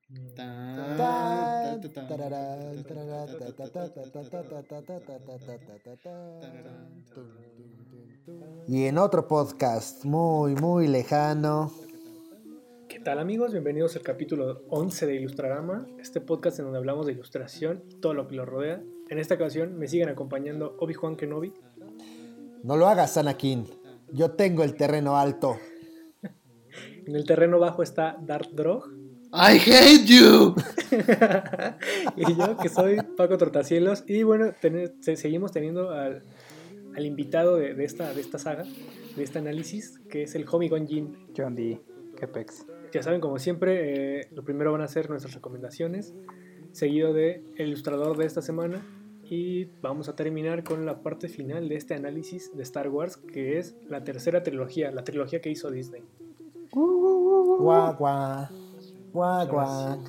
Y en otro podcast muy lejano. ¿Qué tal, amigos? Bienvenidos al capítulo 11 de Ilustrarama, este podcast en donde hablamos de ilustración y todo lo que lo rodea. En esta ocasión me siguen acompañando Obi-Wan Kenobi. No lo hagas, Anakin. Yo tengo el terreno alto. En el terreno bajo está Darth Drog. I hate you. Y yo, que soy Paco Tortacielos. Y bueno, seguimos teniendo al invitado de esta saga, de este análisis, que es el Homie Gonjin. John D. Qué pex. Ya saben, como siempre, lo primero van a ser nuestras recomendaciones, seguido de el ilustrador de esta semana, y vamos a terminar con la parte final de este análisis de Star Wars, que es la tercera trilogía, la trilogía que hizo Disney. Guau, guau. Guau, guau.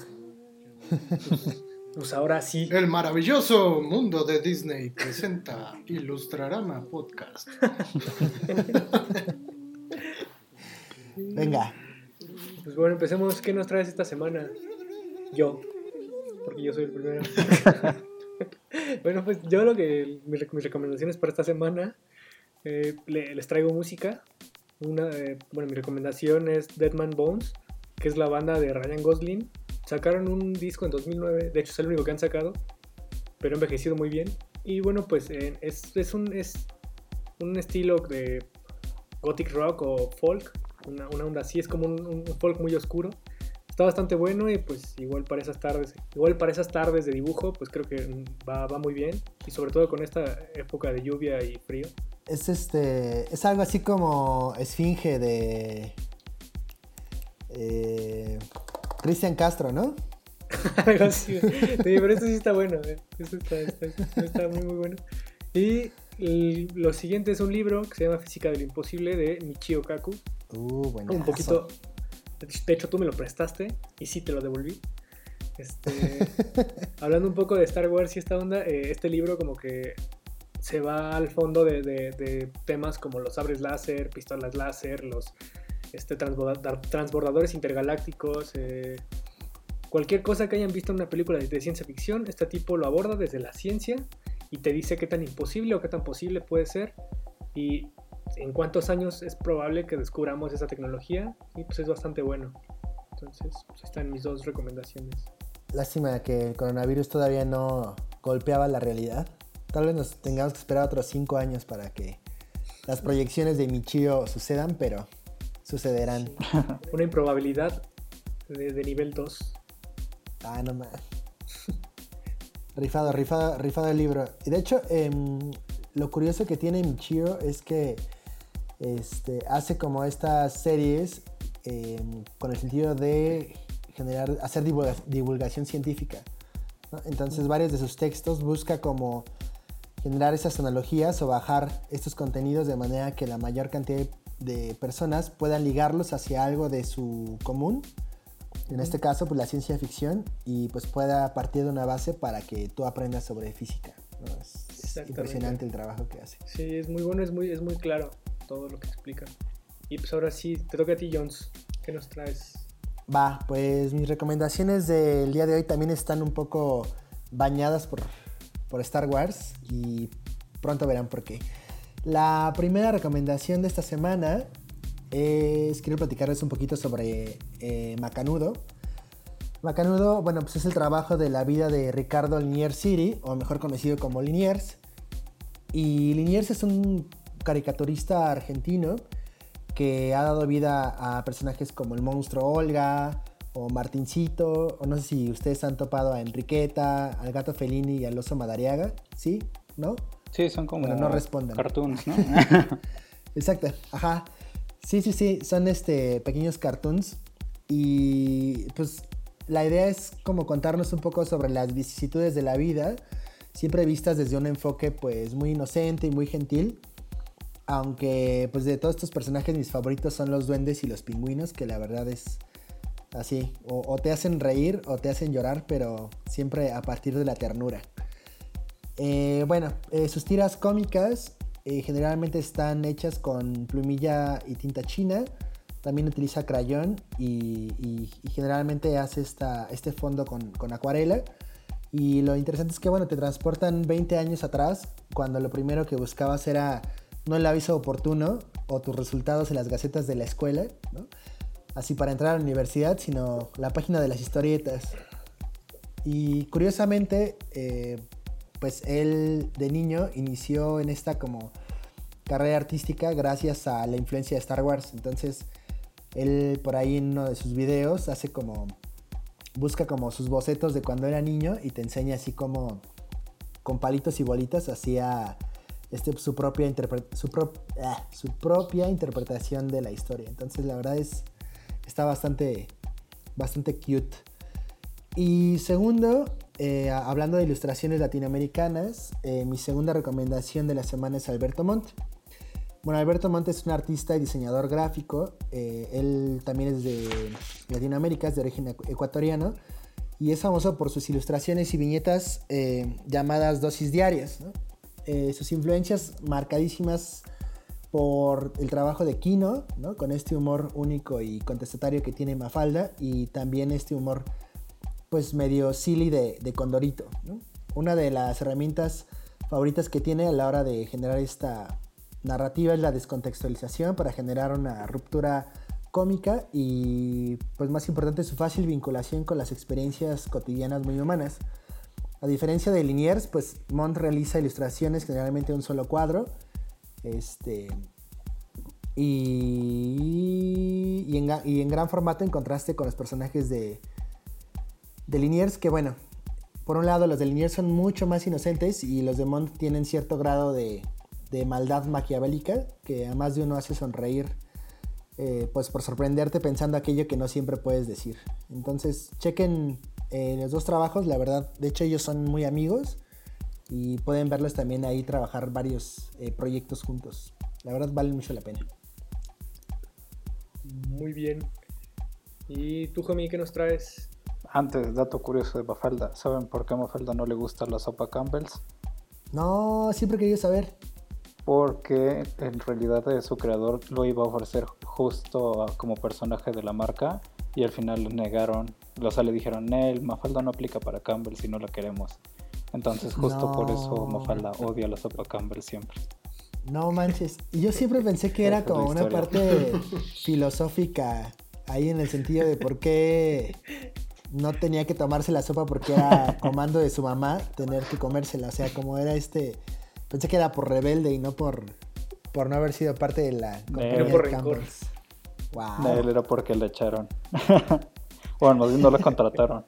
Pues ahora sí. El maravilloso mundo de Disney presenta Ilustrarama Podcast. Venga. Pues bueno, empecemos. ¿Qué nos traes esta semana? Yo, porque yo soy el primero. Bueno, pues yo mis recomendaciones para esta semana, les traigo música. Mi recomendación es Dead Man Bones, que es la banda de Ryan Gosling. Sacaron un disco en 2009, de hecho es el único que han sacado, pero ha envejecido muy bien. Y bueno, pues es un estilo de gothic rock o folk, una onda así, es como un folk muy oscuro. Está bastante bueno y pues igual para esas tardes de dibujo, pues creo que va muy bien, y sobre todo con esta época de lluvia y frío. Es algo así como Esfinge de Cristian Castro, ¿no? Algo así. Sí, pero esto sí está bueno, esto está muy bueno. Y lo siguiente es un libro que se llama Física de lo Imposible, de Michio Kaku. Buenazo. Un poquito. De hecho, tú me lo prestaste y sí te lo devolví. Hablando un poco de Star Wars y esta onda, este libro como que se va al fondo de temas como los sabres láser, pistolas láser, los transbordadores intergalácticos, cualquier cosa que hayan visto en una película de ciencia ficción. Este tipo lo aborda desde la ciencia y te dice qué tan imposible o qué tan posible puede ser y en cuántos años es probable que descubramos esa tecnología, y pues es bastante bueno. Entonces, pues están mis dos recomendaciones. Lástima que el coronavirus todavía no golpeaba la realidad. Tal vez nos tengamos que esperar otros 5 años para que las proyecciones de Michio sucedan, pero sucederán. Sí. Una improbabilidad de nivel 2. No más. Rifado el libro. Y de hecho, lo curioso que tiene Michio es que hace como estas series con el sentido de hacer divulgación científica, ¿no? Entonces varios de sus textos busca como generar esas analogías o bajar estos contenidos de manera que la mayor cantidad de personas puedan ligarlos hacia algo de su común, en este caso pues la ciencia ficción, y pues pueda partir de una base para que tú aprendas sobre física, ¿no? Es impresionante el trabajo que hace. Sí, es muy bueno, es muy claro todo lo que explica. Y pues ahora sí, te toca a ti, Jones. ¿Qué nos traes? Pues mis recomendaciones del día de hoy también están un poco bañadas por Star Wars y pronto verán por qué. La primera recomendación de esta semana quiero platicarles un poquito sobre Macanudo. Macanudo, bueno, pues es el trabajo de la vida de Ricardo Liniers City, o mejor conocido como Liniers. Y Liniers es un caricaturista argentino que ha dado vida a personajes como el monstruo Olga o Martincito, o no sé si ustedes han topado a Enriqueta, al gato Fellini y al oso Madariaga, ¿sí? ¿No? Sí, son como no respondan. Cartoons, ¿no? Exacto, ajá. Sí, son pequeños cartoons, y pues la idea es como contarnos un poco sobre las vicisitudes de la vida, siempre vistas desde un enfoque pues muy inocente y muy gentil. Aunque pues de todos estos personajes mis favoritos son los duendes y los pingüinos, que la verdad es así, o te hacen reír o te hacen llorar, pero siempre a partir de la ternura. Sus tiras cómicas generalmente están hechas con plumilla y tinta china, también utiliza crayón y generalmente hace este fondo con acuarela. Y lo interesante es que, bueno, te transportan 20 años atrás, cuando lo primero que buscabas era no el aviso oportuno o tus resultados en las gacetas de la escuela, ¿no? Así para entrar a la universidad, sino la página de las historietas. Y curiosamente, pues él de niño inició en esta como carrera artística gracias a la influencia de Star Wars. Entonces, él por ahí en uno de sus videos busca como sus bocetos de cuando era niño y te enseña así como con palitos y bolitas hacía su propia interpretación de la historia. Entonces la verdad está bastante cute. Y segundo, hablando de ilustraciones latinoamericanas, mi segunda recomendación de la semana es Alberto Montt. Bueno, Alberto Montt es un artista y diseñador gráfico. Él también es de Latinoamérica, es de origen ecuatoriano. Y es famoso por sus ilustraciones y viñetas llamadas dosis diarias, ¿no? Sus influencias marcadísimas por el trabajo de Kino, ¿no? Con este humor único y contestatario que tiene Mafalda. Y también este humor pues medio silly de Condorito, ¿no? Una de las herramientas favoritas que tiene a la hora de generar esta narrativa es la descontextualización para generar una ruptura cómica y, pues más importante, su fácil vinculación con las experiencias cotidianas muy humanas. A diferencia de Liniers, pues Montt realiza ilustraciones generalmente de un solo cuadro, y en gran formato en contraste con los personajes de Liniers, que bueno, por un lado los de Liniers son mucho más inocentes y los de Montt tienen cierto grado de maldad maquiavélica que a más de uno hace sonreír, pues por sorprenderte pensando aquello que no siempre puedes decir. Entonces chequen los dos trabajos, la verdad, de hecho ellos son muy amigos y pueden verlos también ahí trabajar varios proyectos juntos. La verdad vale mucho la pena. Muy bien. ¿Y tú, Jomi, qué nos traes? Antes, dato curioso de Mafalda. ¿Saben por qué a Mafalda no le gusta la sopa Campbell's? No, siempre he querido saber. Porque en realidad su creador lo iba a ofrecer justo como personaje de la marca y al final lo negaron. O sea, le dijeron, Mafalda no aplica para Campbell's y no la queremos. Entonces justo por eso Mafalda odia la sopa Campbell siempre. No manches. Y yo siempre pensé que era como una parte filosófica ahí en el sentido de por qué no tenía que tomarse la sopa porque era comando de su mamá tener que comérsela. O sea, como era pensé que era por rebelde y no por no haber sido parte de la compañía por de rencor. Campbell's. Wow. No, él era porque le echaron. Bueno, más bien no lo contrataron.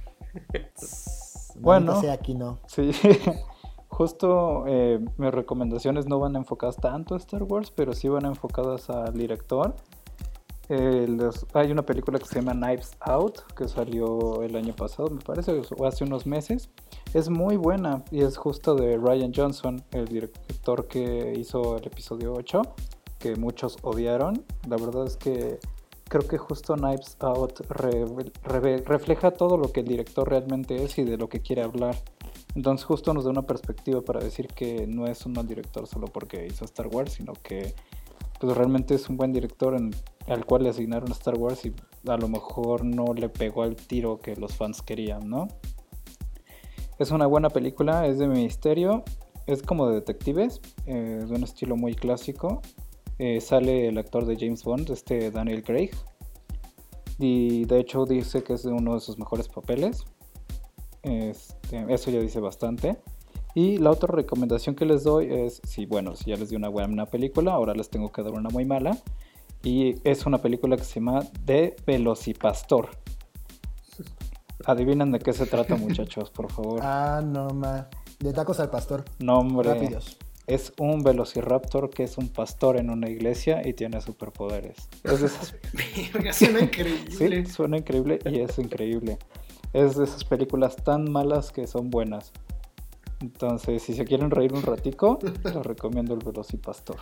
Bueno, sea aquí no. Sí. Justo mis recomendaciones no van enfocadas tanto a Star Wars, pero sí van enfocadas al director. Hay una película que se llama Knives Out, que salió el año pasado, me parece, o hace unos meses. Es muy buena y es justo de Rian Johnson, el director que hizo el episodio 8, que muchos odiaron. La verdad es que creo que justo Knives Out refleja todo lo que el director realmente es y de lo que quiere hablar. Entonces justo nos da una perspectiva para decir que no es un mal director solo porque hizo Star Wars, sino que pues realmente es un buen director al cual le asignaron Star Wars y a lo mejor no le pegó al tiro que los fans querían, ¿no? Es una buena película, es de misterio, es como de detectives, de un estilo muy clásico. Sale el actor de James Bond, Daniel Craig, y de hecho dice que es uno de sus mejores papeles. Eso ya dice bastante. Y la otra recomendación que les doy es, si ya les di una buena película, ahora les tengo que dar una muy mala. Y es una película que se llama The Velocipastor. Adivinen de qué se trata, muchachos, por favor. No, de tacos al pastor. No, hombre. Rápidos. Es un velociraptor que es un pastor en una iglesia y tiene superpoderes. Es de esas... Suena increíble. Sí, suena increíble y es increíble. Es de esas películas tan malas que son buenas. Entonces, si se quieren reír un ratico, les recomiendo el Velocipastor.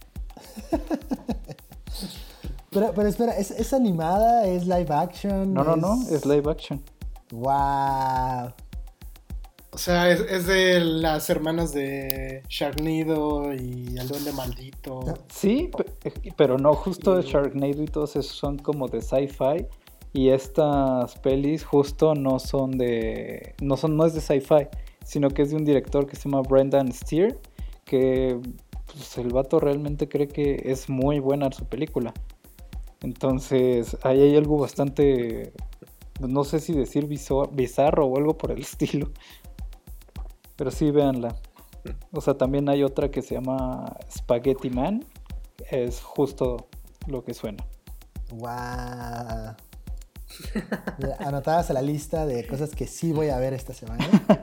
Pero espera, ¿es animada? ¿Es live action? No, es live action. Wow. O sea, es de las hermanas de Sharknado y el Duende Maldito. Sí, pero no, justo Sharknado y todos esos son como de sci-fi. Y estas pelis justo no es de sci-fi, sino que es de un director que se llama Brendan Steer, que pues, el vato realmente cree que es muy buena su película. Entonces, ahí hay algo bastante, no sé si decir bizarro o algo por el estilo. Pero sí, véanla. O sea, también hay otra que se llama Spaghetti Man. Es justo lo que suena. Guau. Anotadas a la lista de cosas que sí voy a ver esta semana.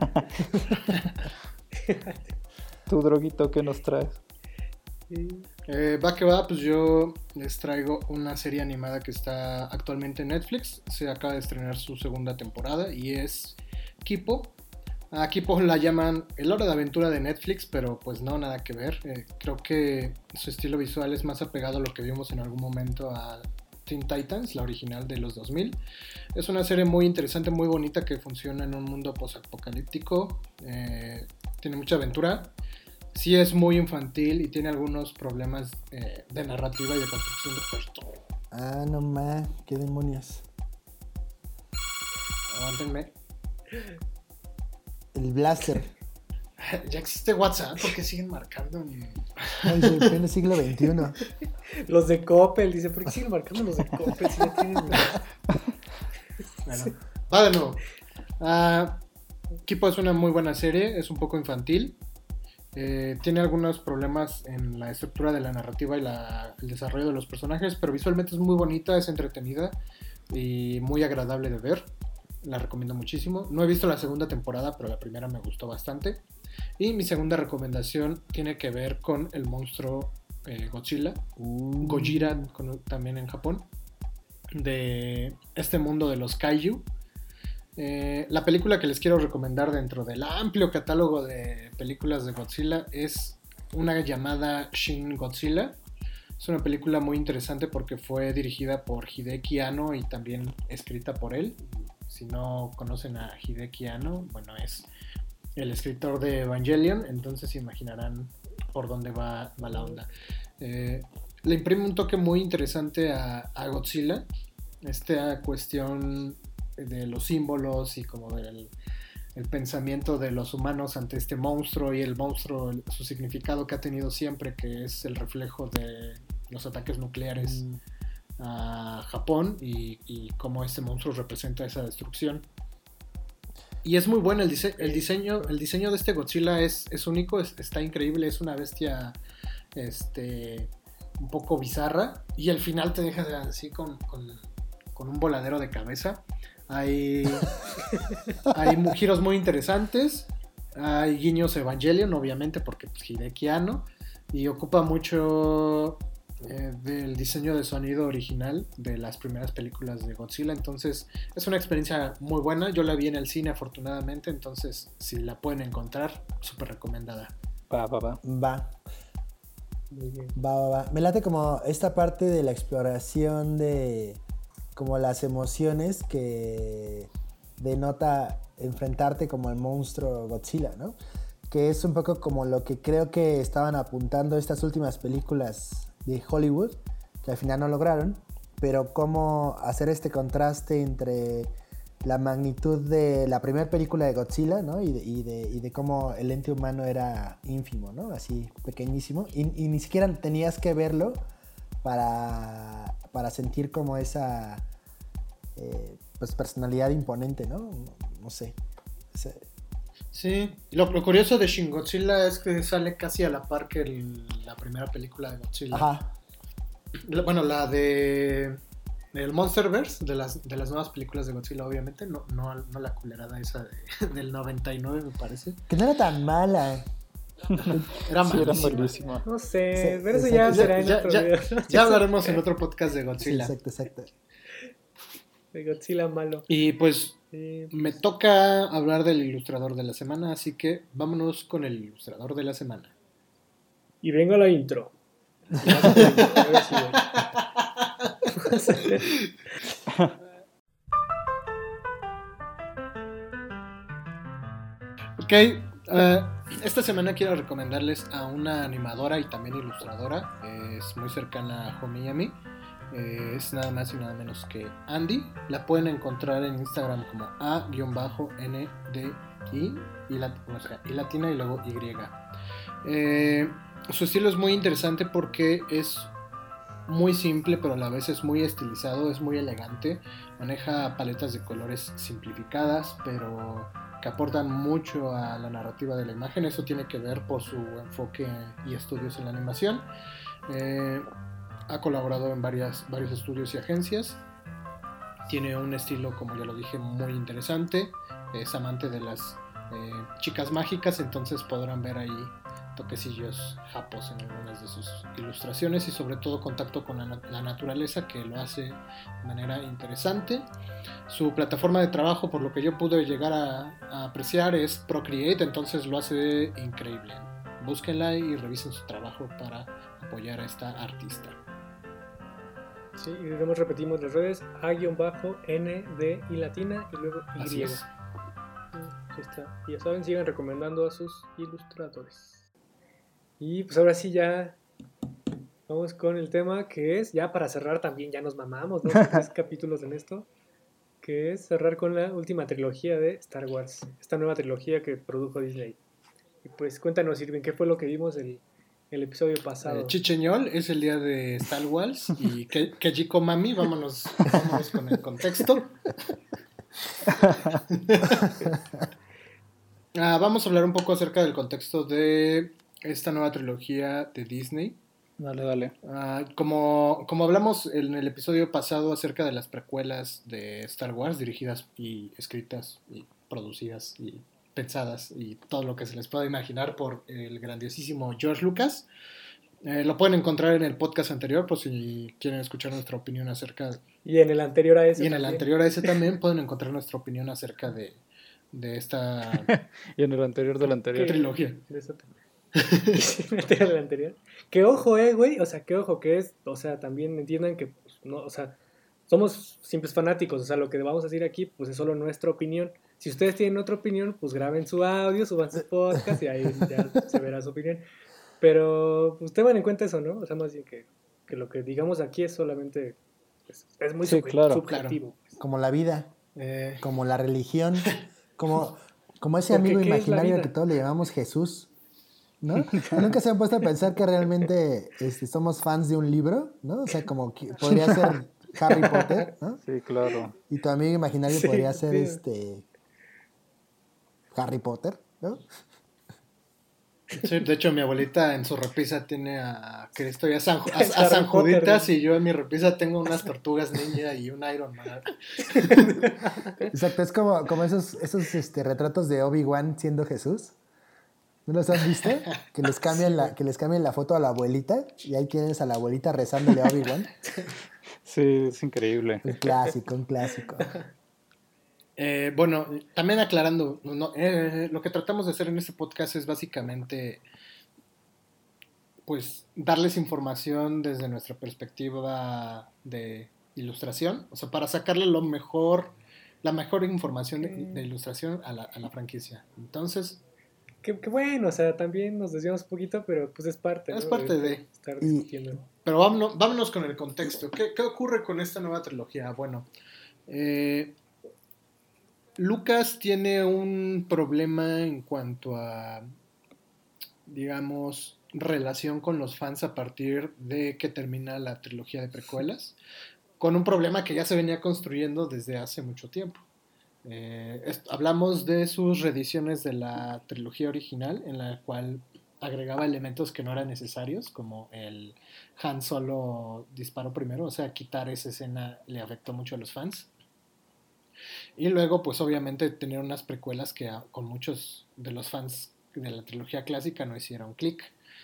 ¿Tú, Droguito, qué nos traes? Va que va, pues yo les traigo una serie animada que está actualmente en Netflix. Se acaba de estrenar su segunda temporada y es Kipo. A Kipo la llaman el Hora de Aventura de Netflix, pero pues no, nada que ver. Creo que su estilo visual es más apegado a lo que vimos en algún momento a Teen Titans, la original de los 2000. Es una serie muy interesante, muy bonita, que funciona en un mundo post-apocalíptico. Tiene mucha aventura. Sí es muy infantil y tiene algunos problemas de narrativa y de construcción de personajes. Ah, no más, qué demonios. Aguántenme. El blaster. Ya existe WhatsApp, ¿por qué siguen marcando? Ay, en pleno siglo XXI. Los de Coppel, dice, ¿por qué siguen marcando los de Coppel si ya tienen... Bueno, va de nuevo. Kipo es una muy buena serie, es un poco infantil. Tiene algunos problemas en la estructura de la narrativa y el desarrollo de los personajes, pero visualmente es muy bonita, es entretenida y muy agradable de ver. La recomiendo muchísimo. No he visto la segunda temporada, pero la primera me gustó bastante. Y mi segunda recomendación tiene que ver con el monstruo Godzilla, Gojira también en Japón, de este mundo de los kaiju. La película que les quiero recomendar dentro del amplio catálogo de películas de Godzilla es una llamada Shin Godzilla. Es una película muy interesante porque fue dirigida por Hideki Anno y también escrita por él. Si no conocen a Hideki Anno, bueno, es el escritor de Evangelion, entonces se imaginarán por dónde va la onda. Le imprime un toque muy interesante a Godzilla, esta cuestión de los símbolos y como del el pensamiento de los humanos ante este monstruo y el monstruo, su significado que ha tenido siempre, que es el reflejo de los ataques nucleares a Japón y cómo este monstruo representa esa destrucción. Y es muy bueno el diseño de este Godzilla es único, está increíble, es una bestia un poco bizarra y al final te deja así con un voladero de cabeza. Hay giros muy interesantes, hay guiños Evangelion, obviamente, porque pues, Hideki Anno, y ocupa mucho del diseño de sonido original de las primeras películas de Godzilla. Entonces es una experiencia muy buena. Yo la vi en el cine, afortunadamente, entonces si la pueden encontrar, súper recomendada. Va. Muy bien. Va. Me late como esta parte de la exploración de como las emociones que denota enfrentarte como al monstruo Godzilla, ¿no? Que es un poco como lo que creo que estaban apuntando estas últimas películas de Hollywood, que al final no lograron, pero cómo hacer este contraste entre la magnitud de la primera película de Godzilla, ¿no? y de cómo el ente humano era ínfimo, ¿no? Así pequeñísimo, y ni siquiera tenías que verlo para sentir como esa pues personalidad imponente, ¿no? No sé. Sí, lo curioso de Shin Godzilla es que sale casi a la par que la primera película de Godzilla. Ajá. Bueno, la de el Monsterverse, de las nuevas películas de Godzilla, obviamente, no la culerada esa del 99, me parece. Que no era tan mala. Era malísima. No sé, Sí, pero eso exacto. ya será en otro video. Ya hablaremos en otro podcast de Sí, Godzilla. exacto. De Godzilla malo. Y pues Sí. me toca hablar del ilustrador de la semana, así que vámonos con el ilustrador de la semana. Y venga la intro. A ver si voy. Ok, esta semana quiero recomendarles a una animadora y también ilustradora. Es muy cercana a Homie y a mí. Es nada más y nada menos que Andy. La pueden encontrar en Instagram como a-ndi y latina y luego y. Su estilo es muy interesante porque es muy simple, pero a la vez es muy estilizado, es muy elegante. Maneja paletas de colores simplificadas, pero que aportan mucho a la narrativa de la imagen. Eso tiene que ver por su enfoque y estudios en la animación. Ha colaborado en varios estudios y agencias. Tiene un estilo, como ya lo dije, muy interesante. Es amante de las chicas mágicas, entonces podrán ver ahí toquecillos japos en algunas de sus ilustraciones y sobre todo contacto con la naturaleza, que lo hace de manera interesante. Su plataforma de trabajo, por lo que yo pude llegar a apreciar, es Procreate, entonces lo hace increíble. Búsquenla y revisen su trabajo para apoyar a esta artista. Sí, y luego repetimos las redes, a-nd y latina y luego y. Así es. Ahí está. Y ya saben, sigan recomendando a sus ilustradores. Y pues ahora sí ya vamos con el tema que es, ya para cerrar también, ya nos mamamos, ¿no? 3 capítulos en esto, que es cerrar con la última trilogía de Star Wars, esta nueva trilogía que produjo Disney. Y pues cuéntanos, Irving, ¿qué fue lo que vimos el episodio pasado? Chicheñol es el día de Star Wars y Kejiko Mami, vámonos con el contexto. Vamos a hablar un poco acerca del contexto de esta nueva trilogía de Disney. Dale. Como hablamos en el episodio pasado acerca de las precuelas de Star Wars, dirigidas y escritas y producidas y pensadas y todo lo que se les pueda imaginar por el grandiosísimo George Lucas. Lo pueden encontrar en el podcast anterior, por si quieren escuchar nuestra opinión acerca. Y en el anterior a ese. Y en el anterior a ese también pueden encontrar nuestra opinión acerca de esta. Y en el anterior del anterior. Trilogía. De eso del anterior. Que ojo, güey. O sea, que ojo, que es. O sea, también entiendan que, pues, no, o sea, somos simples fanáticos. O sea, lo que vamos a decir aquí, pues es solo nuestra opinión. Si ustedes tienen otra opinión, pues graben su audio, suban sus podcasts y ahí ya se verá su opinión. Pero pues tengan en cuenta eso, ¿no? O sea, más bien que lo que digamos aquí es solamente. Es muy subjetivo. Claro. Como la vida, como la religión, como ese amigo imaginario que todos le llamamos Jesús, ¿no? ¿Nunca se han puesto a pensar que realmente somos fans de un libro, ¿no? O sea, como que podría ser Harry Potter, ¿no? Sí, claro. Y tu amigo imaginario podría ser Harry Potter, ¿no? Sí, de hecho mi abuelita en su repisa tiene a Cristo y a San Juditas, y yo en mi repisa tengo unas tortugas ninja y un Iron Man. Exacto, es como esos retratos de Obi-Wan siendo Jesús. ¿No los han visto? Que les cambian la foto a la abuelita y ahí tienes a la abuelita rezándole a Obi-Wan. Sí, es increíble. Un clásico. Bueno, también aclarando, lo que tratamos de hacer en este podcast es básicamente pues darles información desde nuestra perspectiva de ilustración, o sea, para sacarle la mejor información de ilustración a la franquicia. Entonces, qué bueno, o sea, también nos desviamos un poquito, pero pues es parte, ¿no? Es parte de estar discutiendo. Pero vámonos con el contexto. ¿Qué ocurre con esta nueva trilogía? Bueno, Lucas tiene un problema en cuanto a, digamos, relación con los fans a partir de que termina la trilogía de precuelas, con un problema que ya se venía construyendo desde hace mucho tiempo. Hablamos de sus reediciones de la trilogía original, en la cual agregaba elementos que no eran necesarios, como el Han Solo disparo primero, o sea, quitar esa escena le afectó mucho a los fans. Y luego, pues obviamente, tener unas precuelas que con muchos de los fans de la trilogía clásica no hicieron clic.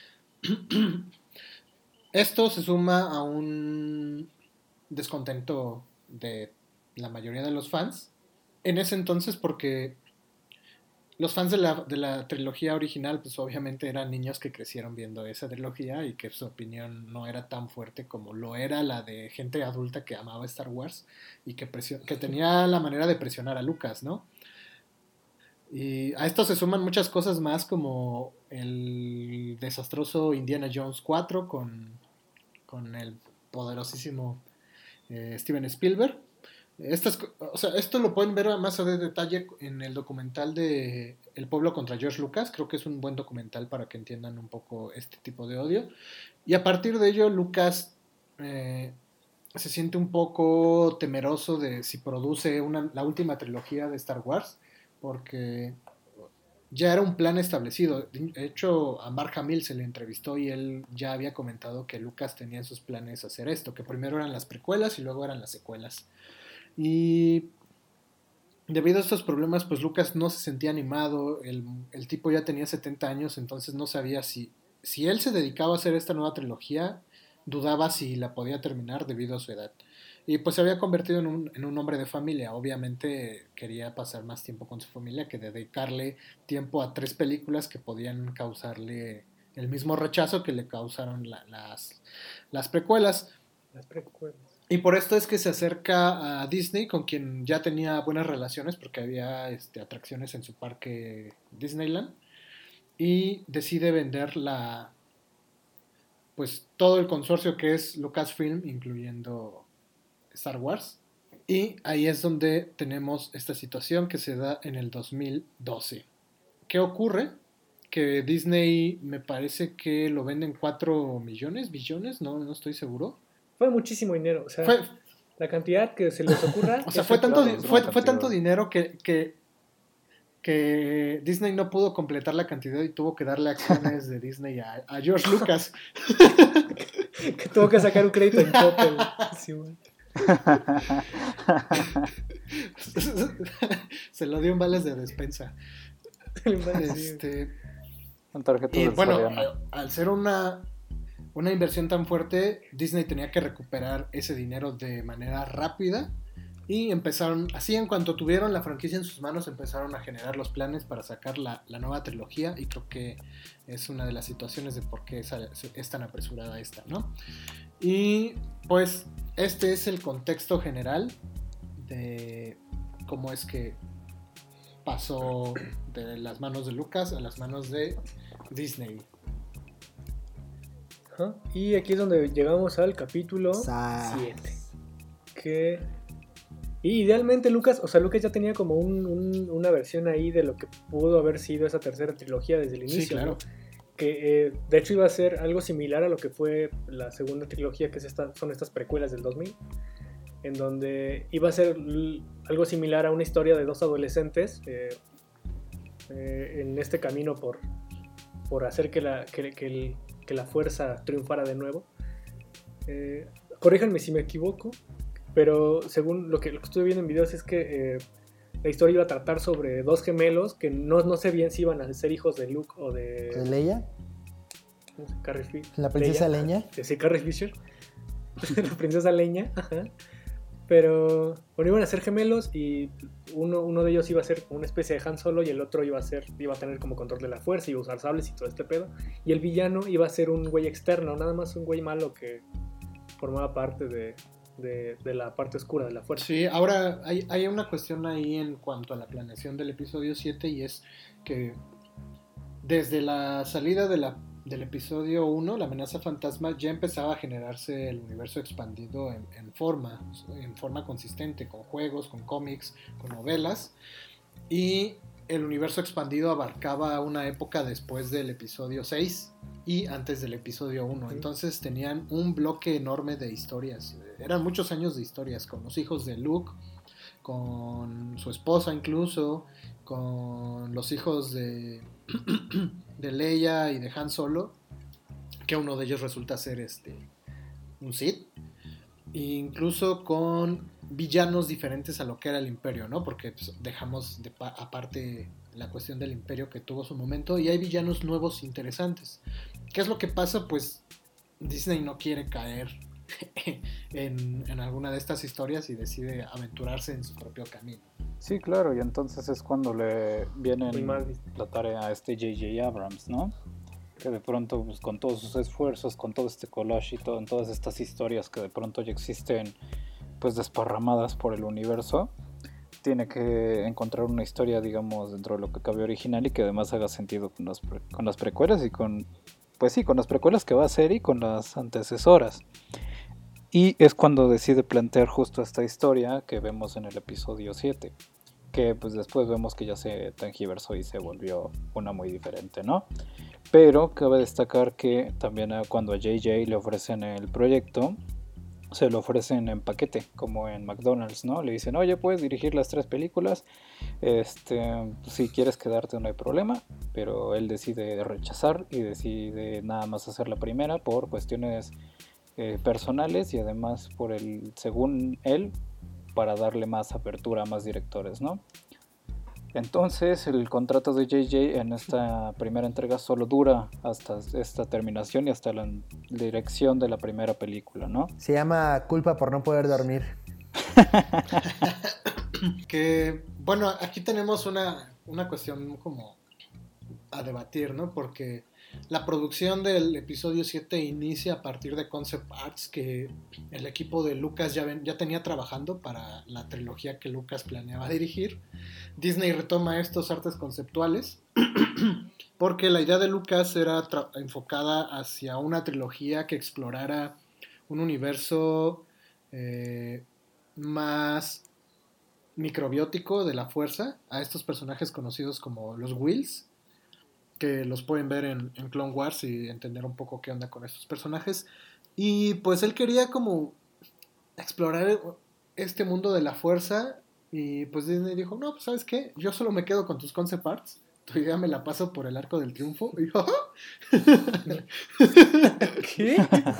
Esto se suma a un descontento de la mayoría de los fans en ese entonces, porque los fans de la trilogía original pues obviamente eran niños que crecieron viendo esa trilogía y que su opinión no era tan fuerte como lo era la de gente adulta que amaba Star Wars y que tenía la manera de presionar a Lucas, ¿no? Y a esto se suman muchas cosas más, como el desastroso Indiana Jones 4 con el poderosísimo Steven Spielberg. Esto lo pueden ver más a detalle en el documental de El pueblo contra George Lucas. Creo que es un buen documental para que entiendan un poco este tipo de odio. Y a partir de ello, Lucas se siente un poco temeroso de si produce la última trilogía de Star Wars, porque ya era un plan establecido. De hecho, a Mark Hamill se le entrevistó y él ya había comentado que Lucas tenía en sus planes hacer esto, que primero eran las precuelas y luego eran las secuelas. Y debido a estos problemas, pues Lucas no se sentía animado. El tipo ya tenía 70 años, entonces no sabía si él se dedicaba a hacer esta nueva trilogía, dudaba si la podía terminar debido a su edad. Y pues se había convertido en un hombre de familia. Obviamente quería pasar más tiempo con su familia que dedicarle tiempo a 3 películas que podían causarle el mismo rechazo que le causaron las precuelas. Las precuelas. Y por esto es que se acerca a Disney, con quien ya tenía buenas relaciones porque había atracciones en su parque Disneyland, y decide vender pues todo el consorcio que es Lucasfilm, incluyendo Star Wars. Y ahí es donde tenemos esta situación que se da en el 2012. ¿Qué ocurre? Que Disney me parece que lo vende en 4 millones, billones, no estoy seguro. Fue muchísimo dinero, o sea, la cantidad que se les ocurra. O sea, fue tanto dinero que Disney no pudo completar la cantidad y tuvo que darle acciones de Disney a George Lucas. Que tuvo que sacar un crédito en Coppel. Sí, bueno. Se lo dio en vales de despensa. En tarjetas y del bueno, Soriana. al ser una inversión tan fuerte, Disney tenía que recuperar ese dinero de manera rápida. Y empezaron, así en cuanto tuvieron la franquicia en sus manos, empezaron a generar los planes para sacar la nueva trilogía. Y creo que es una de las situaciones de por qué es tan apresurada esta, ¿no? Y pues este es el contexto general de cómo es que pasó de las manos de Lucas a las manos de Disney. Ajá. Y aquí es donde llegamos al capítulo 7. Y idealmente Lucas ya tenía como una versión ahí de lo que pudo haber sido esa tercera trilogía desde el inicio. Sí, claro. ¿No? Que de hecho iba a ser algo similar a lo que fue la segunda trilogía, que son estas precuelas del 2000, en donde iba a ser algo similar a una historia de 2 adolescentes en este camino por hacer que la fuerza triunfara de nuevo. Corríjanme si me equivoco, pero según lo que estuve viendo en videos es que la historia iba a tratar sobre 2 gemelos que no sé bien si iban a ser hijos de Luke o de... ¿De Leia? Carrie Fisher. ¿La princesa Leña? Sí, Carrie Fisher. La princesa Leña, ajá. Pero bueno, iban a ser gemelos y uno de ellos iba a ser una especie de Han Solo y el otro iba a tener como control de la fuerza, iba a usar sables y todo este pedo. Y el villano iba a ser un güey externo, nada más un güey malo que formaba parte de la parte oscura de la fuerza. Sí, ahora hay una cuestión ahí en cuanto a la planeación del episodio 7, y es que desde la salida del episodio 1, la amenaza fantasma, ya empezaba a generarse el universo expandido en forma consistente, con juegos, con cómics, con novelas, y el universo expandido abarcaba una época después del episodio 6 y antes del episodio 1. Sí. Entonces tenían un bloque enorme de historias. Eran muchos años de historias con los hijos de Luke, con su esposa incluso, con los hijos de Leia y de Han Solo, que uno de ellos resulta ser un Sith, e incluso con villanos diferentes a lo que era el Imperio, ¿no? Porque pues, dejamos aparte la cuestión del Imperio, que tuvo su momento, y hay villanos nuevos interesantes. ¿Qué es lo que pasa? Pues Disney no quiere caer en alguna de estas historias y decide aventurarse en su propio camino. Sí, claro, y entonces es cuando le viene la tarea a J.J. Abrams, ¿no? Que de pronto, pues, con todos sus esfuerzos, con todo este collage y en todas estas historias que de pronto ya existen, pues, desparramadas por el universo, tiene que encontrar una historia, digamos, dentro de lo que cabe original y que además haga sentido con las precuelas y pues sí, con las precuelas que va a hacer y con las antecesoras. Y es cuando decide plantear justo esta historia que vemos en el episodio 7, que pues después vemos que ya se tergiversó y se volvió una muy diferente, ¿no? Pero cabe destacar que también cuando a JJ le ofrecen el proyecto, se lo ofrecen en paquete, como en McDonald's, ¿no? Le dicen, oye, puedes dirigir las 3 películas, si quieres quedarte no hay problema, pero él decide rechazar y decide nada más hacer la primera por cuestiones personales y además según él, para darle más apertura a más directores, ¿no? Entonces el contrato de JJ en esta primera entrega solo dura hasta esta terminación y hasta la dirección de la primera película, ¿no? Se llama Culpa por no poder dormir. Que, bueno, aquí tenemos una cuestión como a debatir, ¿no? Porque la producción del episodio 7 inicia a partir de concept arts que el equipo de Lucas ya tenía trabajando para la trilogía que Lucas planeaba dirigir. Disney retoma estos artes conceptuales porque la idea de Lucas era enfocada hacia una trilogía que explorara un universo más microbiótico de la fuerza, a estos personajes conocidos como los Whills, que los pueden ver en Clone Wars y entender un poco qué onda con estos personajes. Y pues él quería como explorar este mundo de la fuerza y pues Disney dijo, no, pues ¿sabes qué? Yo solo me quedo con tus concept arts, tu idea me la paso por el arco del triunfo. Y yo, ¿qué?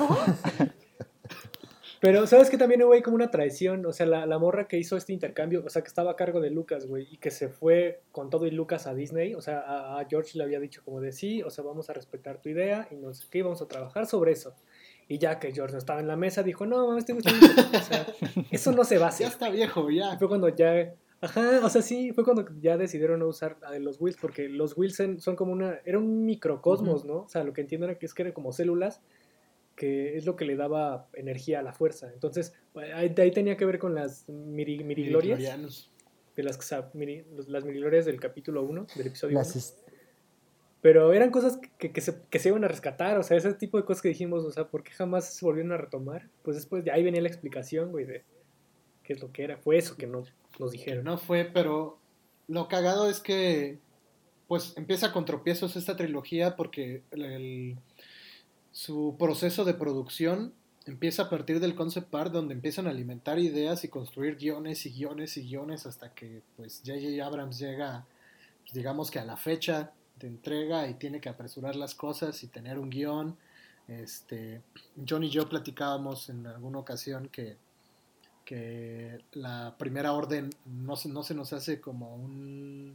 Pero, ¿sabes qué? También hubo ahí como una traición. O sea, la morra que hizo este intercambio, o sea, que estaba a cargo de Lucas, güey, y que se fue con todo y Lucas a Disney. O sea, a George le había dicho como de sí, o sea, vamos a respetar tu idea y no sé qué, vamos a trabajar sobre eso. Y ya que George no estaba en la mesa, dijo, no, mames, te gusta mucho. O sea, eso no se va a hacer. ya está viejo, ya. Y fue cuando ya... Ajá, o sea, sí, fue cuando ya decidieron no usar a los Wills, porque los Wills son como era un microcosmos, ¿no? O sea, lo que entiendo era que eran como células, que es lo que le daba energía a la fuerza. Entonces, ahí tenía que ver con las miriglorias, de las miriglorias del capítulo 1, del episodio 1. Pero eran cosas que se iban a rescatar, o sea, ese tipo de cosas que dijimos, o sea, ¿por qué jamás se volvieron a retomar? Pues después de ahí venía la explicación, güey, de qué es lo que era. Fue eso que no nos dijeron. No fue, pero lo cagado es que pues empieza con tropiezos esta trilogía porque su proceso de producción empieza a partir del concept art donde empiezan a alimentar ideas y construir guiones y guiones y guiones hasta que pues J.J. Abrams llega, pues, digamos que a la fecha de entrega y tiene que apresurar las cosas y tener un guión. John y yo platicábamos en alguna ocasión que la Primera Orden no se nos hace como un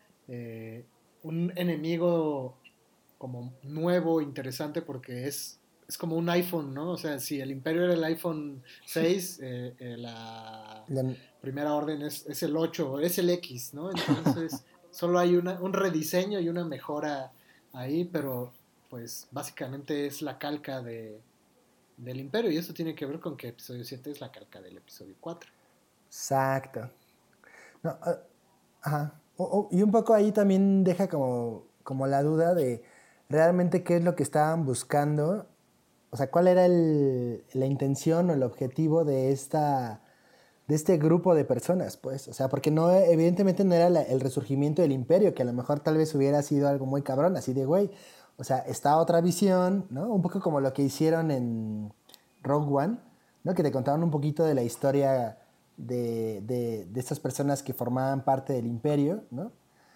enemigo como nuevo, interesante, porque es como un iPhone, ¿no? O sea, si el Imperio era el iPhone 6, la Primera Orden es el 8, es el X, ¿no? Entonces, solo hay un rediseño y una mejora ahí, pero pues básicamente es la calca del Imperio, y eso tiene que ver con que episodio 7 es la calca del episodio 4. Exacto. No, ajá. Y un poco ahí también deja como la duda de realmente qué es lo que estaban buscando, o sea, cuál era la intención o el objetivo de este grupo de personas, pues, o sea, porque evidentemente no era el resurgimiento del imperio, que a lo mejor tal vez hubiera sido algo muy cabrón, así de, güey, o sea, está otra visión, ¿no? Un poco como lo que hicieron en Rogue One, ¿no? Que te contaban un poquito de la historia de estas personas que formaban parte del imperio, ¿no?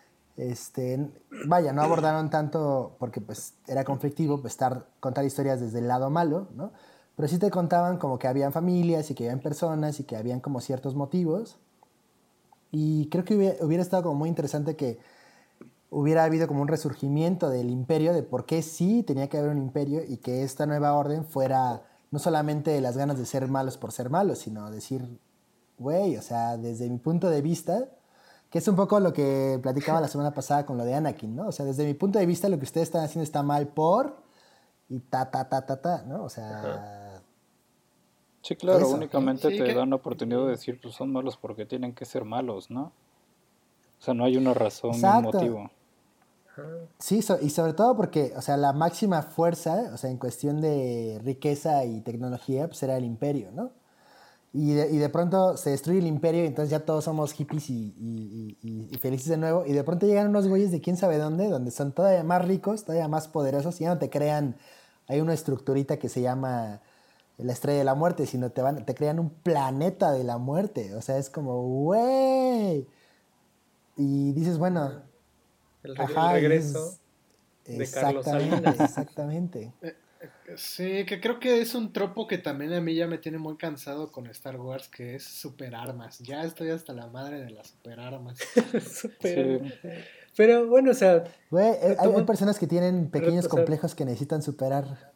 Vaya, no abordaron tanto porque pues era conflictivo pues, contar historias desde el lado malo, ¿no? Pero sí te contaban como que habían familias y que habían personas y que habían como ciertos motivos. Y creo que hubiera estado como muy interesante que hubiera habido como un resurgimiento del imperio, de por qué sí tenía que haber un imperio y que esta nueva orden fuera no solamente las ganas de ser malos por ser malos, sino decir, güey, o sea, desde mi punto de vista, que es un poco lo que platicaba la semana pasada con lo de Anakin, ¿no? O sea, desde mi punto de vista lo que ustedes están haciendo está mal por y ta, ¿no? O sea, Sí, claro, Eso. únicamente Sí, te que dan la oportunidad de decir, pues son malos porque tienen que ser malos, ¿no? O sea, no hay una razón ni un Exacto. motivo. Ajá. Sí, y sobre todo porque, o sea, la máxima fuerza, o sea, en cuestión de riqueza y tecnología, pues era el imperio, ¿no? Y de pronto se destruye el imperio y entonces ya todos somos hippies y felices de nuevo. Y de pronto llegan unos güeyes de quién sabe dónde, donde son todavía más ricos, todavía más poderosos y ya no te crean, hay una estructurita que se llama la estrella de la muerte, sino te crean un planeta de la muerte. O sea, es como, güey. Y dices, bueno, Ajá. El ajá, y regreso dices, de Carlos exactamente, Salinas. exactamente. sí, que creo que es un tropo que también a mí ya me tiene muy cansado con Star Wars, que es superarmas. Ya estoy hasta la madre de las superarmas. Supera. Sí, Pero bueno, o sea, Güey, hay retoma, personas que tienen pequeños o sea, complejos que necesitan superar.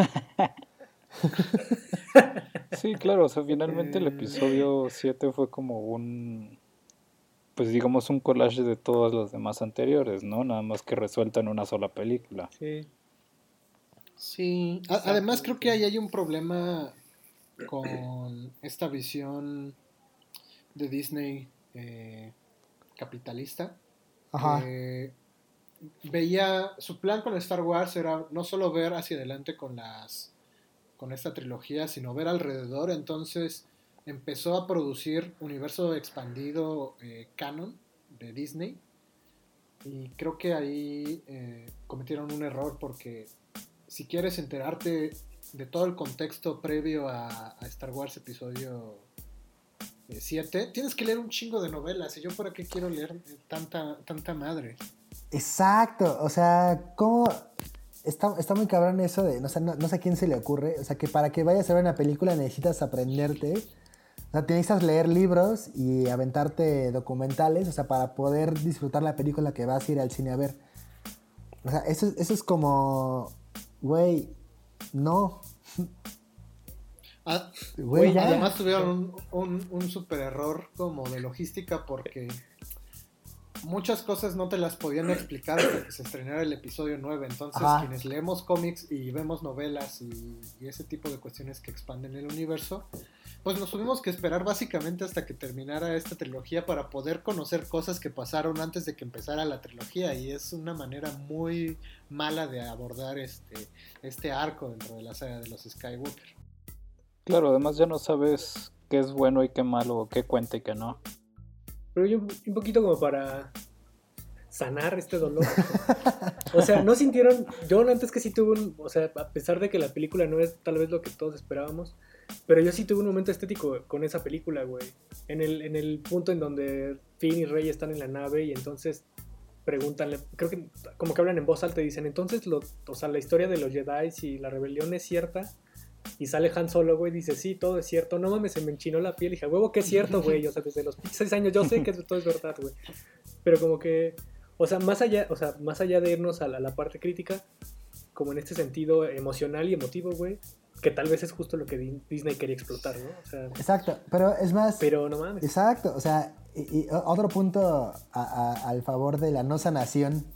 sí, claro, o sea, finalmente el Eh, episodio 7 fue como un, pues digamos un collage de todas las demás anteriores, ¿no? Nada más que resuelta en una sola película. sí, sí, además creo que exactamente. ahí hay un problema con esta visión de Disney capitalista, Ajá. que veía, su plan con Star Wars era no solo ver hacia adelante con esta trilogía, sino ver alrededor. Entonces empezó a producir universo expandido canon de Disney, y creo que ahí cometieron un error, porque si quieres enterarte de todo el contexto previo a Star Wars episodio 7, tienes que leer un chingo de novelas, y yo por qué quiero leer tanta madre. Exacto. O sea, ¿cómo? Está muy cabrón eso de, no sé, no sé a quién se le ocurre. O sea, que para que vayas a ver una película necesitas aprenderte. O sea, necesitas leer libros y aventarte documentales, o sea, para poder disfrutar la película que vas a ir al cine a ver. O sea, eso es como, güey, no, Ah, güey, Güey, ya. ya. además tuvieron un super error como de logística, porque muchas cosas no te las podían explicar hasta que se estrenara el episodio 9. Entonces, Ajá. quienes leemos cómics y vemos novelas y ese tipo de cuestiones que expanden el universo, pues nos tuvimos que esperar básicamente hasta que terminara esta trilogía para poder conocer cosas que pasaron antes de que empezara la trilogía. Y es una manera muy mala de abordar este arco dentro de la saga de los Skywalker. Claro, además ya no sabes qué es bueno y qué malo, o qué cuenta y qué no. Pero yo un poquito como para sanar este dolor. O sea, no sintieron, yo antes que sí tuve un, o sea, a pesar de que la película no es tal vez lo que todos esperábamos, pero yo sí tuve un momento estético con esa película, güey. En el punto en donde Finn y Rey están en la nave y entonces preguntan, creo que como que hablan en voz alta y dicen, entonces, o sea, la historia de los Jedi y la rebelión es cierta. Y sale Han Solo, güey, dice, sí, todo es cierto. No mames, se me enchinó la piel. Y dije, huevo, que es cierto, güey. O sea, desde los 6 años yo sé que todo es verdad, güey. Pero como que, más allá de irnos a la parte crítica, como en este sentido emocional y emotivo, güey, que tal vez es justo lo que Disney quería explotar, ¿no? O sea, Exacto, pero es más, pero no mames. exacto, o sea, y otro punto al favor de la no sanación.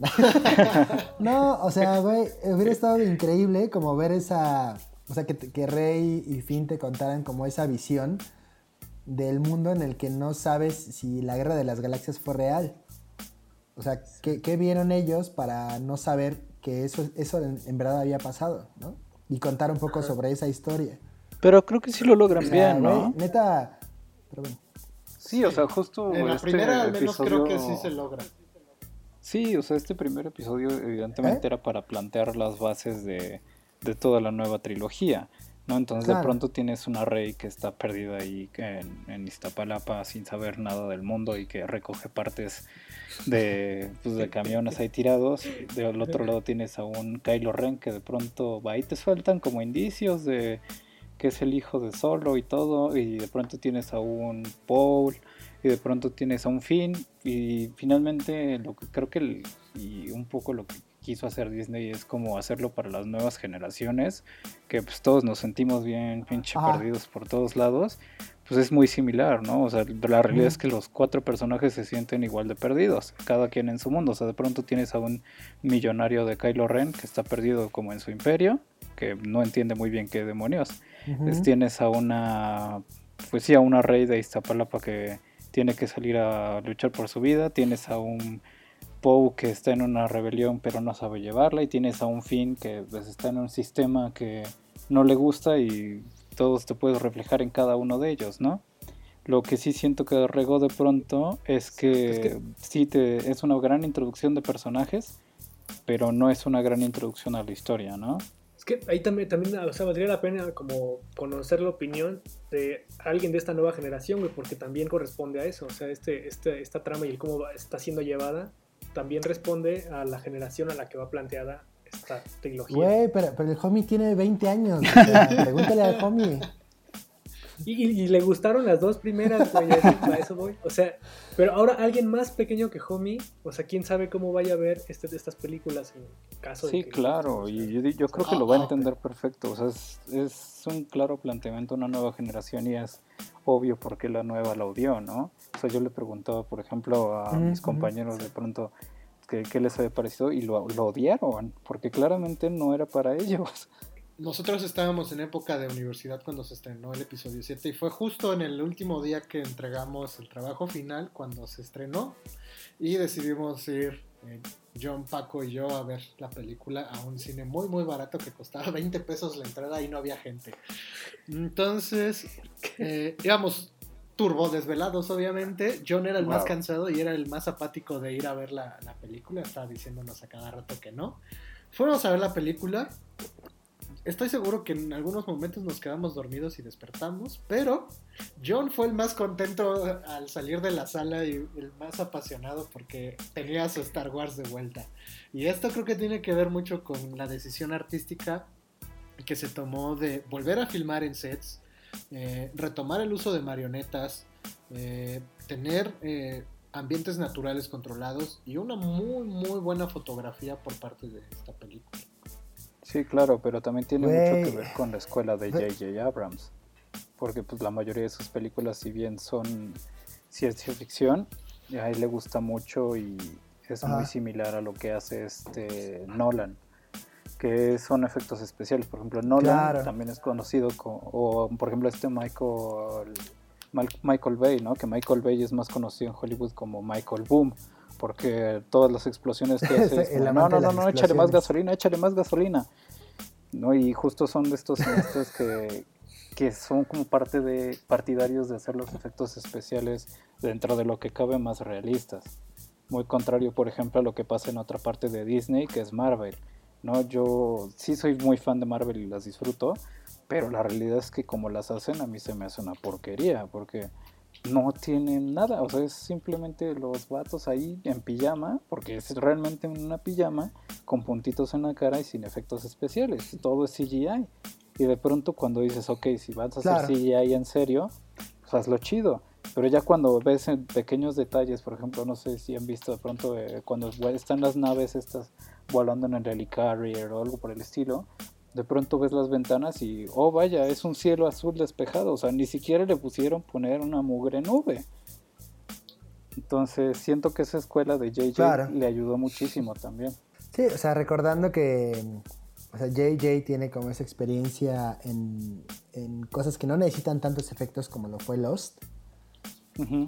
No, o sea, güey, hubiera estado increíble como ver esa, o sea, que Rey y Finn te contaran como esa visión del mundo en el que no sabes si la guerra de las galaxias fue real. O sea, ¿qué vieron ellos para no saber que eso en verdad había pasado, ¿no? Y contar un poco Ajá. sobre esa historia. Pero creo que sí lo O logran sea, bien, güey, ¿no? neta, pero bueno. Sí, o Sí. sea, En justo la primera este al menos creo que sí episodio... se logra. Sí, o sea, este primer episodio ¿Eh? evidentemente era para plantear las bases de toda la nueva trilogía, ¿no? Entonces de Claro. pronto tienes una Rey que está perdida ahí en Iztapalapa sin saber nada del mundo y que recoge partes pues, de camiones ahí tirados. Del otro lado tienes a un Kylo Ren que de pronto va y te sueltan como indicios de que es el hijo de Solo y todo, y de pronto tienes a un Paul, y de pronto tienes a un Finn, y finalmente lo que creo que y un poco lo que quiso hacer Disney es como hacerlo para las nuevas generaciones, que pues todos nos sentimos bien pinche Ajá. perdidos por todos lados, pues es muy similar, ¿no? O sea, la realidad es Ujú. que los 4 personajes se sienten igual de perdidos, cada quien en su mundo. O sea, de pronto tienes a un millonario de Kylo Ren que está perdido como en su imperio, que no entiende muy bien qué demonios. Ujú. Tienes a pues sí, a una Rey de Iztapalapa que tiene que salir a luchar por su vida, tienes a un Poe que está en una rebelión pero no sabe llevarla, y tienes a un Finn que pues está en un sistema que no le gusta, y todos te puedes reflejar en cada uno de ellos, ¿no? Lo que sí siento que regó de pronto es Es que, que sí es una gran introducción de personajes, pero no es una gran introducción a la historia, ¿no? es que ahí también, o sea, valdría la pena como conocer la opinión de alguien de esta nueva generación, güey, porque también corresponde a eso. O sea, esta trama y el cómo está siendo llevada también responde a la generación a la que va planteada esta trilogía. Güey, pero el homie tiene 20 años. O sea, pregúntale al homie. Y le gustaron las dos primeras, güey, a eso voy. O sea, pero ahora alguien más pequeño que Homie, o sea, quién sabe cómo vaya a ver estas películas en caso de Sí, que... claro, o sea, y yo creo que lo va a entender perfecto. O sea, es un claro planteamiento de una nueva generación, y es obvio por qué la nueva la odió, ¿no? O sea, yo le preguntaba, por ejemplo, a mis compañeros de pronto qué les había parecido, y lo odiaron, porque claramente no era para ellos. Nosotros estábamos en época de universidad cuando se estrenó el episodio 7 y fue justo en el último día que entregamos el trabajo final cuando se estrenó, y decidimos ir John, Paco y yo a ver la película a un cine muy muy barato que costaba 20 pesos la entrada y no había gente. Entonces íbamos turbo desvelados, obviamente. John era el más cansado y era el más apático de ir a ver la película, estaba diciéndonos a cada rato que no. Fuimos a ver la película. Estoy seguro que en algunos momentos nos quedamos dormidos y despertamos, pero John fue el más contento al salir de la sala y el más apasionado porque tenía a su Star Wars de vuelta. Y esto creo que tiene que ver mucho con la decisión artística que se tomó de volver a filmar en sets, retomar el uso de marionetas, tener ambientes naturales controlados y una muy muy buena fotografía por parte de esta película. Sí, claro, pero también tiene mucho que ver con la escuela de J.J. Abrams, porque pues la mayoría de sus películas, si bien son ciencia ficción, a él le gusta mucho y es muy similar a lo que hace Nolan, que son efectos especiales. Por ejemplo, Nolan también es conocido o por ejemplo Michael Bay, ¿no? Que Michael Bay es más conocido en Hollywood como Michael Boom, porque todas las explosiones que hace es como, no, échale más gasolina, ¿no? Y justo son de estos cineastas que son como partidarios de hacer los efectos especiales dentro de lo que cabe más realistas. Muy contrario, por ejemplo, a lo que pasa en otra parte de Disney, que es Marvel, ¿no? Yo sí soy muy fan de Marvel y las disfruto, pero la realidad es que como las hacen, a mí se me hace una porquería, porque no tienen nada. O sea, es simplemente los vatos ahí en pijama, porque es realmente una pijama con puntitos en la cara y sin efectos especiales, todo es CGI. Y de pronto cuando dices, ok, si vas a hacer CGI en serio, pues hazlo chido. Pero ya cuando ves en pequeños detalles, por ejemplo, no sé si han visto de pronto cuando están las naves estas volando en el Helicarrier o algo por el estilo, de pronto ves las ventanas y, oh vaya, es un cielo azul despejado. O sea, ni siquiera le pusieron poner una mugre nube. Entonces siento que esa escuela de JJ le ayudó muchísimo también. Sí, o sea, recordando que o sea, JJ tiene como esa experiencia en cosas que no necesitan tantos efectos como lo fue Lost. Uh-huh.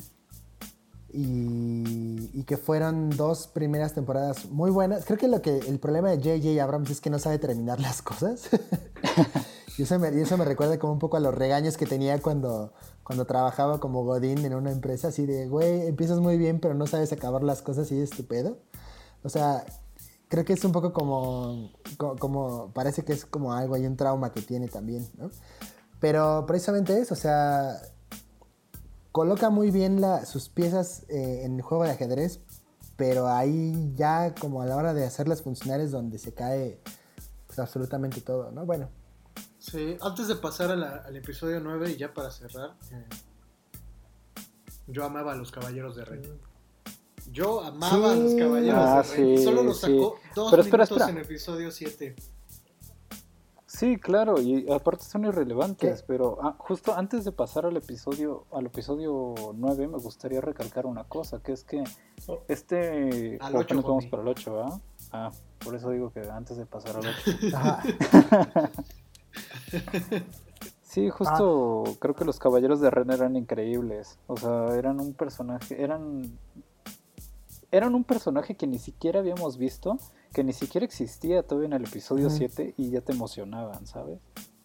Y que fueron 2 primeras temporadas muy buenas. Creo que el problema de J.J. Abrams es que no sabe terminar las cosas. y eso me recuerda como un poco a los regaños que tenía cuando trabajaba como godín en una empresa, así de, güey, empiezas muy bien pero no sabes acabar las cosas y es tu pedo. O sea, creo que es un poco como parece que es como algo, hay un trauma que tiene también, ¿no? Pero precisamente eso, o sea, coloca muy bien sus piezas en el juego de ajedrez, pero ahí ya como a la hora de hacerlas funcionar es donde se cae pues, absolutamente todo, ¿no? Bueno. Sí, antes de pasar al episodio 9 y ya para cerrar, yo amaba a los Caballeros de Rey. Yo amaba a los Caballeros de Rey. Solo nos sacó 2 minutos en episodio 7. Sí, claro, y aparte son irrelevantes, pero justo antes de pasar al episodio 9 me gustaría recalcar una cosa, que es que al 8 nos vamos para el 8, ¿verdad? Por eso digo que antes de pasar al 8. Sí, justo creo que los Caballeros de Ren eran increíbles. O sea, eran un personaje que ni siquiera habíamos visto, que ni siquiera existía todavía en el episodio 7 y ya te emocionaban, ¿sabes?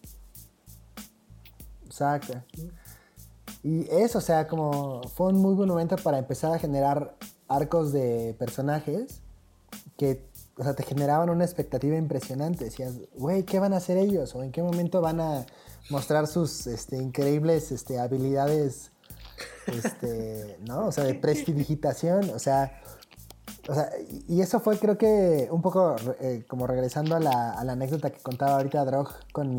Exacto. Y eso, o sea, como fue un muy buen momento para empezar a generar arcos de personajes que, o sea, te generaban una expectativa impresionante. Decías, güey, ¿qué van a hacer ellos? ¿O en qué momento van a mostrar sus increíbles habilidades, ¿no? O sea, de prestidigitación, o sea, y eso fue, creo que un poco como regresando a la anécdota que contaba ahorita Drog con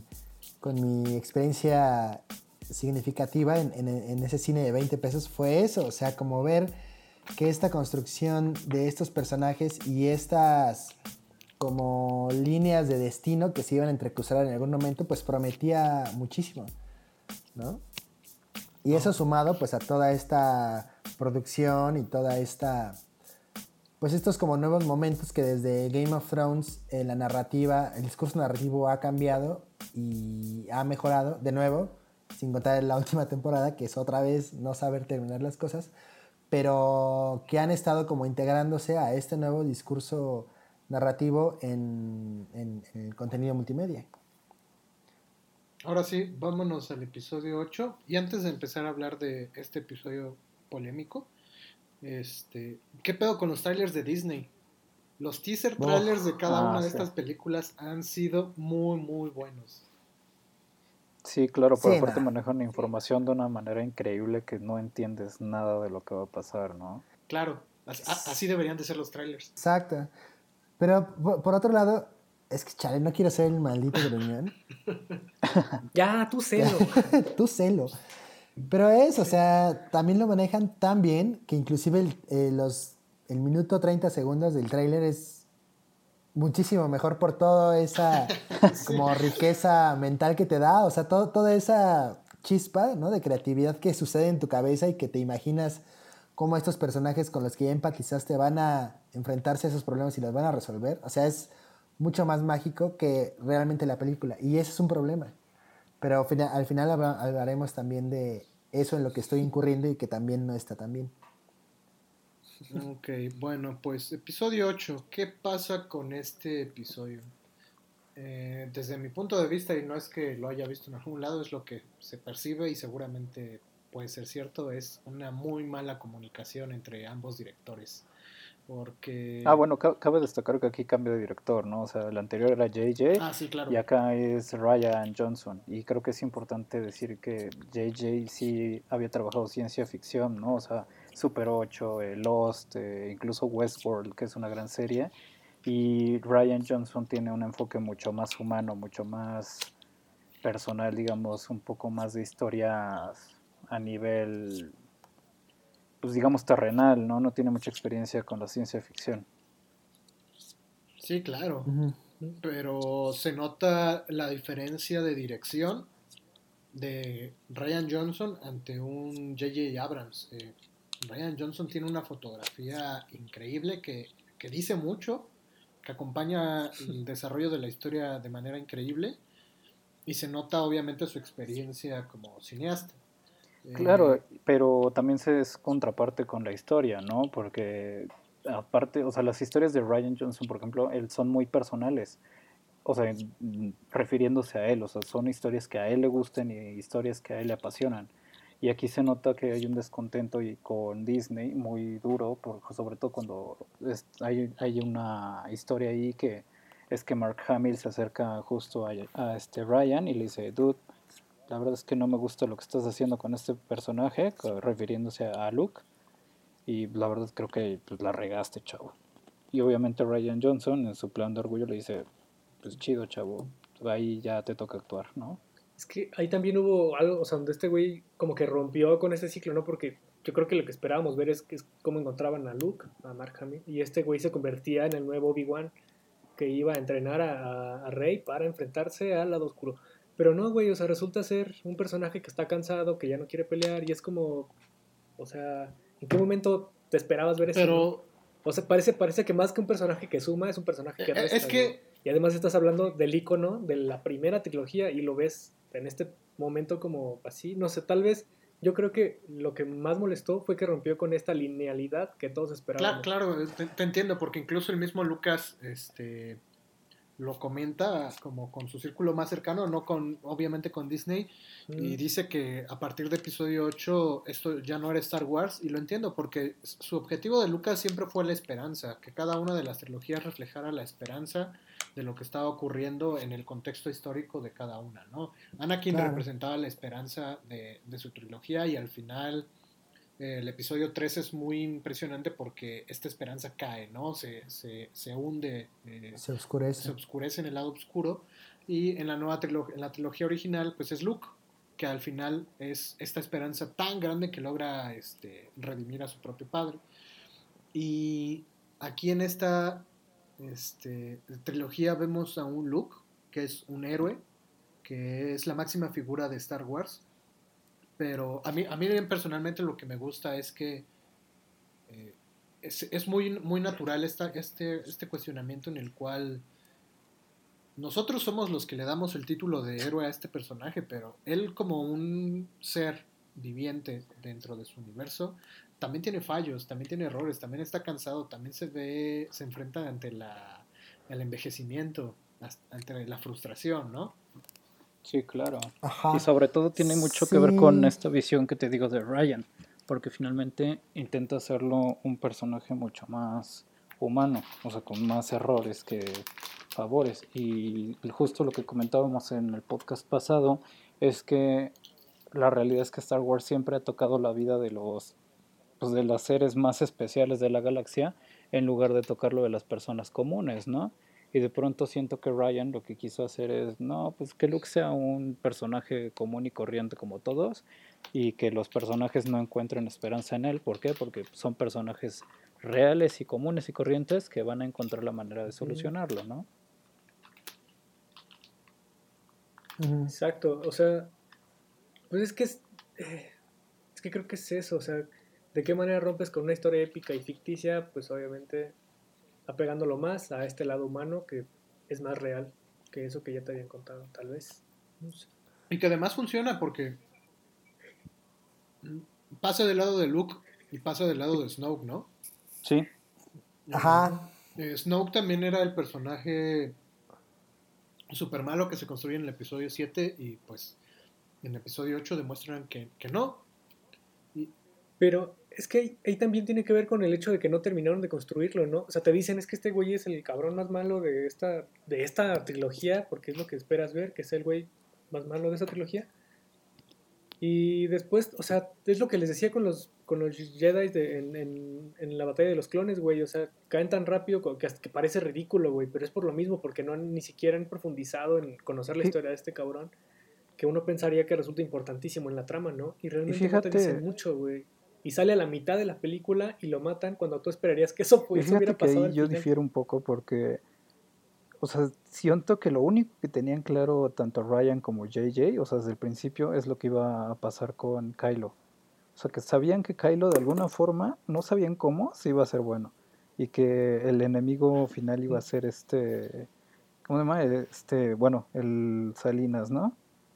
mi experiencia significativa en ese cine de 20 pesos, fue eso, o sea, como ver que esta construcción de estos personajes y estas como líneas de destino que se iban a entrecruzar en algún momento, pues prometía muchísimo, ¿no? Y eso sumado pues a toda esta producción y toda esta, pues estos como nuevos momentos que desde Game of Thrones la narrativa, el discurso narrativo ha cambiado y ha mejorado de nuevo, sin contar la última temporada, que es otra vez no saber terminar las cosas, pero que han estado como integrándose a este nuevo discurso narrativo en el contenido multimedia. Ahora sí, vámonos al episodio 8. Y antes de empezar a hablar de este episodio polémico, ¿qué pedo con los trailers de Disney? Los teaser trailers de cada una de estas películas han sido muy, muy buenos. Sí, claro, pero aparte manejan información de una manera increíble que no entiendes nada de lo que va a pasar, ¿no? Claro, así deberían de ser los trailers. Exacto. Pero por otro lado, es que chale, no quiero ser el maldito gruñón. Ya, tú celo. Tú celo. Pero o sea, también lo manejan tan bien que inclusive el minuto 30 segundos del tráiler es muchísimo mejor por toda esa como riqueza mental que te da, o sea, toda esa chispa, ¿no? De creatividad que sucede en tu cabeza y que te imaginas cómo estos personajes con los que ya empatizaste van a enfrentarse a esos problemas y los van a resolver. O sea, es mucho más mágico que realmente la película. Y ese es un problema. Pero al final hablaremos también de eso en lo que estoy incurriendo y que también no está tan bien. Ok, bueno, pues episodio 8. ¿Qué pasa con este episodio? Desde mi punto de vista, y no es que lo haya visto en algún lado, es lo que se percibe y seguramente puede ser cierto, es una muy mala comunicación entre ambos directores. Porque... bueno, cabe destacar que aquí cambia de director, ¿no? O sea, el anterior era JJ sí, claro. Y acá es Rian Johnson. Y creo que es importante decir que JJ sí había trabajado ciencia ficción, ¿no? O sea, Super 8, Lost, incluso Westworld, que es una gran serie. Y Rian Johnson tiene un enfoque mucho más humano, mucho más personal, digamos, un poco más de historias a nivel, pues digamos, terrenal, ¿no? No tiene mucha experiencia con la ciencia ficción. Sí, claro. Pero se nota la diferencia de dirección de Rian Johnson ante un J.J. Abrams. Rian Johnson tiene una fotografía increíble que dice mucho, que acompaña el desarrollo de la historia de manera increíble y se nota obviamente su experiencia como cineasta. Claro, pero también se es contraparte con la historia, ¿no? Porque aparte, o sea, las historias de Rian Johnson, por ejemplo, son muy personales. O sea, refiriéndose a él, o sea, son historias que a él le gustan y historias que a él le apasionan. Y aquí se nota que hay un descontento y con Disney muy duro, sobre todo cuando hay una historia ahí que es que Mark Hamill se acerca justo a Ryan y le dice, dude, la verdad es que no me gusta lo que estás haciendo con este personaje, refiriéndose a Luke, y la verdad creo que pues, la regaste, chavo. Y obviamente Rian Johnson en su plan de orgullo le dice, pues chido, chavo, ahí ya te toca actuar, ¿no? Es que ahí también hubo algo, o sea, donde este güey como que rompió con ese ciclo, ¿no? Porque yo creo que lo que esperábamos ver es cómo encontraban a Luke, a Mark Hamill, y este güey se convertía en el nuevo Obi-Wan que iba a entrenar a Rey para enfrentarse al lado oscuro. Pero no, güey, o sea, resulta ser un personaje que está cansado, que ya no quiere pelear, y es como, o sea, ¿en qué momento te esperabas ver eso? Pero... ¿no? O sea, parece que más que un personaje que suma, es un personaje que resta. Es que... Güey. Y además estás hablando del ícono de la primera trilogía y lo ves en este momento como así, no sé, tal vez yo creo que lo que más molestó fue que rompió con esta linealidad que todos esperábamos. Claro, te entiendo, porque incluso el mismo Lucas lo comenta como con su círculo más cercano, no con, obviamente con Disney, y dice que a partir de episodio 8 esto ya no era Star Wars, y lo entiendo, porque su objetivo de Lucas siempre fue la esperanza, que cada una de las trilogías reflejara la esperanza de lo que estaba ocurriendo en el contexto histórico de cada una, ¿no? Anakin representaba la esperanza de su trilogía, y al final el episodio 3 es muy impresionante porque esta esperanza cae, ¿no? Se hunde, se oscurece en el lado oscuro. Y en la nueva en la trilogía original, pues es Luke, que al final es esta esperanza tan grande que logra redimir a su propio padre. Y aquí en esta trilogía vemos a un Luke, que es un héroe, que es la máxima figura de Star Wars. Pero a mí personalmente lo que me gusta es que es muy natural este cuestionamiento en el cual nosotros somos los que le damos el título de héroe a este personaje, pero él como un ser viviente dentro de su universo también tiene fallos, también tiene errores, también está cansado, también se enfrenta ante el envejecimiento, ante la frustración, ¿no? Sí, claro. Ajá. Y sobre todo tiene mucho que ver con esta visión que te digo de Ryan, porque finalmente intenta hacerlo un personaje mucho más humano, o sea, con más errores que favores. Y justo lo que comentábamos en el podcast pasado es que la realidad es que Star Wars siempre ha tocado la vida de de los seres más especiales de la galaxia en lugar de tocarlo de las personas comunes, ¿no? Y de pronto siento que Ryan lo que quiso hacer es, no, pues que Luke sea un personaje común y corriente como todos y que los personajes no encuentren esperanza en él. ¿Por qué? Porque son personajes reales y comunes y corrientes que van a encontrar la manera de solucionarlo, ¿no? Exacto, o sea, pues es que creo que es eso, o sea, de qué manera rompes con una historia épica y ficticia, pues obviamente apegándolo más a este lado humano que es más real que eso que ya te habían contado, tal vez. No sé. Y que además funciona porque pasa del lado de Luke y pasa del lado de Snoke, ¿no? Sí. Ajá. Snoke también era el personaje super malo que se construye en el episodio 7 y pues en el episodio 8 demuestran que no. Pero es que ahí también tiene que ver con el hecho de que no terminaron de construirlo, ¿no? O sea, te dicen es que este güey es el cabrón más malo de esta trilogía, porque es lo que esperas ver, que es el güey más malo de esa trilogía. Y después, o sea, es lo que les decía con los Jedi en la batalla de los clones, güey. O sea, caen tan rápido que hasta que parece ridículo, güey. Pero es por lo mismo, porque no han ni siquiera han profundizado en conocer la historia de este cabrón. Que uno pensaría que resulta importantísimo en la trama, ¿no? Y realmente no te dicen mucho, güey. Y sale a la mitad de la película y lo matan cuando tú esperarías que eso hubiera pasado que ahí al yo final. difiero un poco porque, o sea, siento que lo único que tenían claro tanto Ryan como JJ, o sea, desde el principio es lo que iba a pasar con Kylo. O sea, que sabían que Kylo de alguna forma, no sabían cómo, se iba a ser bueno. Y que el enemigo final iba a ser ¿cómo se llama? Bueno, el Salinas, ¿no?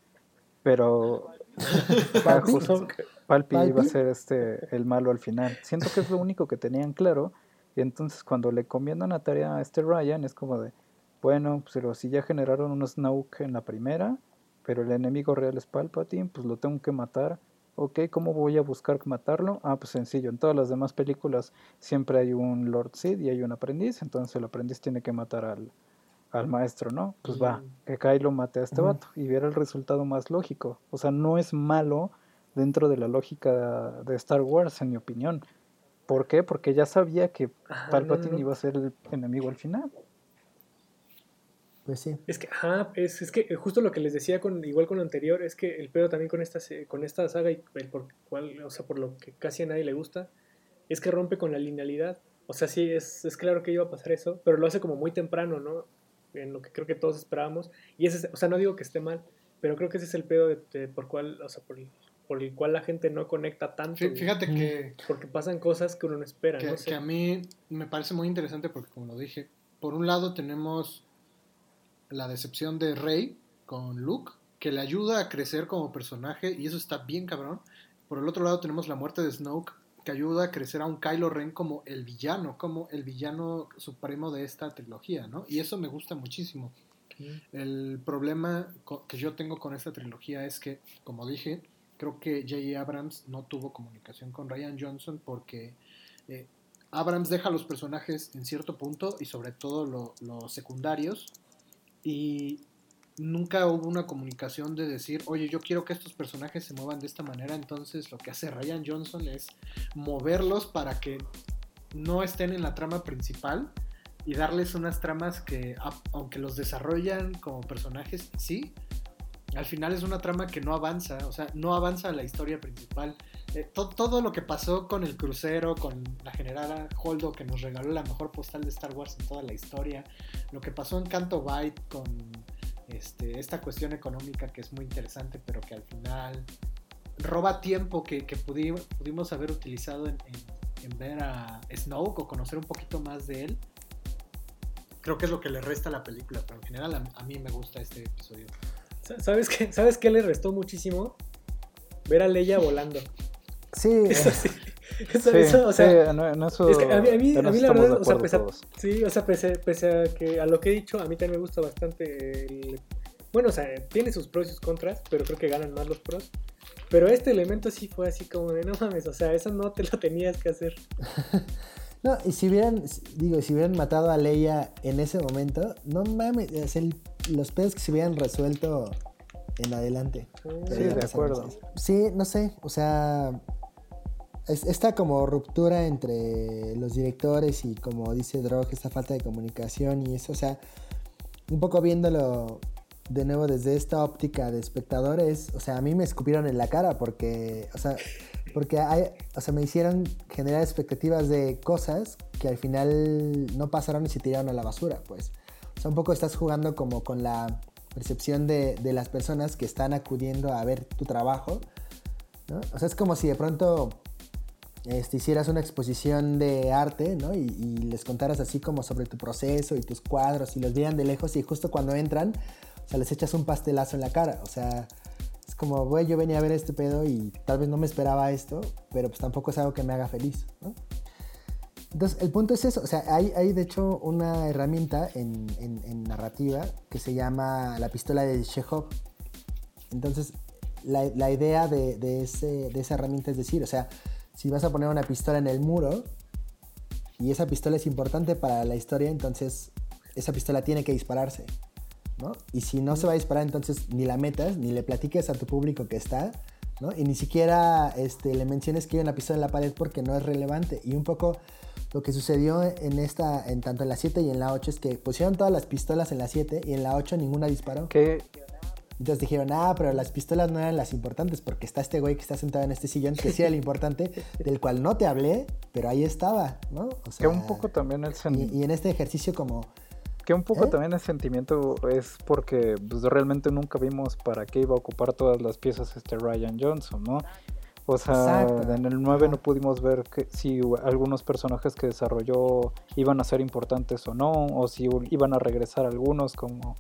Pero justo Palpi iba a ser el malo al final. Siento que es lo único que tenían claro. Y entonces cuando le encomiendan una tarea a Ryan es como de, bueno, pues, pero si ya generaron un Snoke en la primera, pero el enemigo real es Palpatine, pues lo tengo que matar. Ok, ¿cómo voy a buscar matarlo? Ah, pues sencillo, en todas las demás películas siempre hay un Lord Sith y hay un aprendiz, entonces el aprendiz tiene que matar al maestro, ¿no? Pues va, que Kylo mate a este vato y viera el resultado más lógico. O sea, no es malo dentro de la lógica de Star Wars, en mi opinión. ¿Por qué? Porque ya sabía que Palpatine iba a ser el enemigo al final. Pues sí. Es que, es que justo lo que les decía igual con lo anterior, es que el pedo también con esta saga y o sea, por lo que casi a nadie le gusta, es que rompe con la linealidad. O sea, sí, es claro que iba a pasar eso, pero lo hace como muy temprano, ¿no? En lo que creo que todos esperábamos. Y o sea, no digo que esté mal, pero creo que ese es el pedo por el cual la gente no conecta tanto. Fíjate que... Porque pasan cosas que uno no espera, no sé. Que a mí me parece muy interesante porque, como lo dije, por un lado tenemos la decepción de Rey con Luke, que le ayuda a crecer como personaje, y eso está bien cabrón. Por el otro lado tenemos la muerte de Snoke, que ayuda a crecer a un Kylo Ren como el villano supremo de esta trilogía, ¿no? Y eso me gusta muchísimo. El problema que yo tengo con esta trilogía es que, como dije, creo que J.J. Abrams no tuvo comunicación con Rian Johnson porque Abrams deja a los personajes en cierto punto y sobre todo los secundarios, y nunca hubo una comunicación de decir, oye, yo quiero que estos personajes se muevan de esta manera. Entonces lo que hace Rian Johnson es moverlos para que no estén en la trama principal y darles unas tramas que, aunque los desarrollan como personajes, sí, al final es una trama que no avanza, o sea, no avanza la historia principal. Todo lo que pasó con el crucero, con la generala Holdo, que nos regaló la mejor postal de Star Wars en toda la historia, lo que pasó en Canto Bight con esta cuestión económica que es muy interesante, pero que al final roba tiempo que pudimos haber utilizado en ver a Snoke o conocer un poquito más de él. Creo que es lo que le resta a la película, pero en general a mí me gusta este episodio. ¿Sabes qué le restó muchísimo? Ver a Leia volando. Sí. Eso, o sea, eso es que a mí la verdad, o sea, pese a que a lo que he dicho, a mí también me gusta bastante bueno, o sea, tiene sus pros y sus contras, pero creo que ganan más los pros. Pero este elemento sí fue así como de no mames, o sea, eso no te lo tenías que hacer. No, y si hubieran matado a Leia en ese momento, no mames, los pedos que se hubieran resuelto en adelante. Sí, de acuerdo. Sí, no sé, o sea, esta como ruptura entre los directores y, como dice Drog, esta falta de comunicación y eso, o sea, un poco viéndolo de nuevo desde esta óptica de espectadores, o sea, a mí me escupieron en la cara porque me hicieron generar expectativas de cosas que al final no pasaron y se tiraron a la basura, pues. O sea, un poco estás jugando como con la percepción de las personas que están acudiendo a ver tu trabajo, ¿no? O sea, es como si de pronto hicieras una exposición de arte, ¿no? Y les contaras así como sobre tu proceso y tus cuadros y los vieran de lejos y justo cuando entran, o sea, les echas un pastelazo en la cara. O sea, es como, güey, yo venía a ver este pedo y tal vez no me esperaba esto, pero pues tampoco es algo que me haga feliz, ¿no? Entonces, el punto es eso. O sea, hay de hecho una herramienta en narrativa que se llama la pistola de Chekhov. Entonces, la idea de esa herramienta es decir, o sea, si vas a poner una pistola en el muro y esa pistola es importante para la historia, entonces esa pistola tiene que dispararse, ¿no? Y si no se va a disparar, entonces ni la metas, ni le platiques a tu público que está, ¿no? Y ni siquiera le menciones que hay una pistola en la pared porque no es relevante. Y un poco lo que sucedió en tanto en la 7 y en la 8 es que pusieron todas las pistolas en la 7 y en la 8 ninguna disparó. ¿Qué? Entonces dijeron, pero las pistolas no eran las importantes porque está este güey que está sentado en este sillón que sí era el importante, del cual no te hablé, pero ahí estaba, ¿no? O sea, que un poco también y en este ejercicio como... Que un poco también el sentimiento es porque pues, realmente nunca vimos para qué iba a ocupar todas las piezas Rian Johnson, ¿no? O sea, exacto. En el 9 no pudimos ver si algunos personajes que desarrolló iban a ser importantes o no, o si iban a regresar algunos como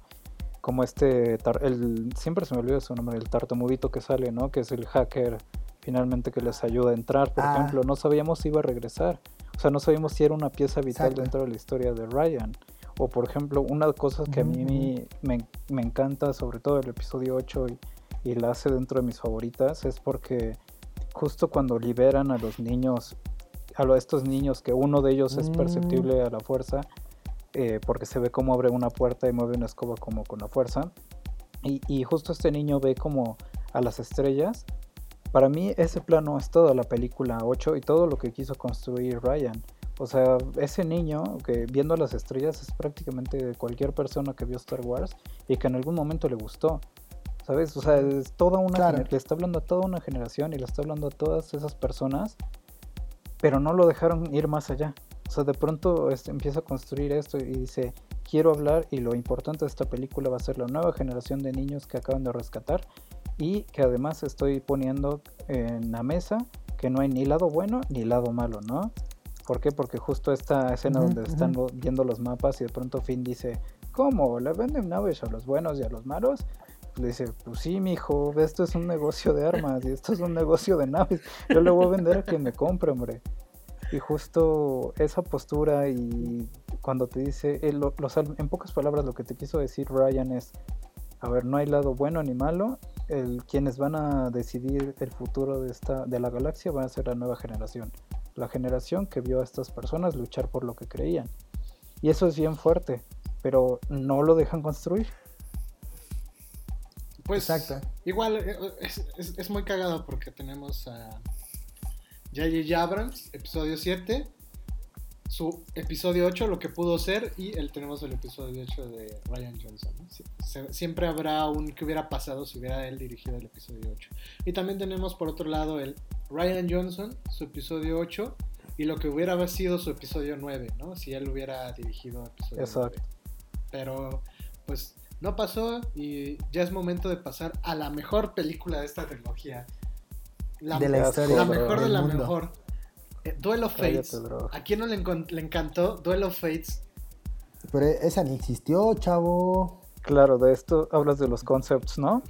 siempre se me olvida su nombre, el tartamudito que sale, ¿no? Que es el hacker finalmente que les ayuda a entrar, por ejemplo. No sabíamos si iba a regresar, o sea, no sabíamos si era una pieza vital exacto. dentro de la historia de Rian. O por ejemplo, una de las cosas que a mí me encanta, sobre todo el episodio 8 y la hace dentro de mis favoritas, es porque justo cuando liberan a los niños, estos niños que uno de ellos es perceptible a la fuerza, porque se ve cómo abre una puerta y mueve una escoba como con la fuerza, y justo este niño ve como a las estrellas. Para mí ese plano es toda la película 8 y todo lo que quiso construir Rian. O sea, ese niño que viendo las estrellas es prácticamente cualquier persona que vio Star Wars y que en algún momento le gustó, ¿sabes? O sea, es toda una le está hablando a toda una generación y le está hablando a todas esas personas, pero no lo dejaron ir más allá. O sea, de pronto empieza a construir esto y dice, quiero hablar y lo importante de esta película va a ser la nueva generación de niños que acaban de rescatar y que además estoy poniendo en la mesa que no hay ni lado bueno ni lado malo, ¿no? ¿Por qué? Porque justo esta escena donde están viendo los mapas y de pronto Finn dice, ¿cómo? ¿Le venden naves a los buenos y a los malos? le dice, pues sí, mijo, esto es un negocio de armas y esto es un negocio de naves. Yo le voy a vender a quien me compre, hombre. Y justo esa postura y cuando te dice, en pocas palabras lo que te quiso decir Ryan es, a ver, no hay lado bueno ni malo, quienes van a decidir el futuro de la galaxia van a ser la nueva generación. La generación que vio a estas personas luchar por lo que creían. Y eso es bien fuerte, pero no lo dejan construir. Pues Exacto. igual es muy cagado porque tenemos a J.J. Abrams, episodio 7, su episodio 8, lo que pudo ser, y tenemos el episodio 8 de Rian Johnson, ¿no? Siempre habrá un que hubiera pasado si hubiera él dirigido el episodio 8. Y también tenemos por otro lado el Rian Johnson, su episodio 8, y lo que hubiera sido su episodio 9, ¿no? Si él hubiera dirigido el episodio Exacto. 9. Pero pues no pasó y ya es momento de pasar a la mejor película de esta trilogía. De la historia. La mejor de del la mundo. mejor. Duel of Fates. Cállate, bro. ¿A quién no le encantó Duel of Fates? Pero esa ni existió, chavo. Claro, de esto hablas de los concepts, ¿no?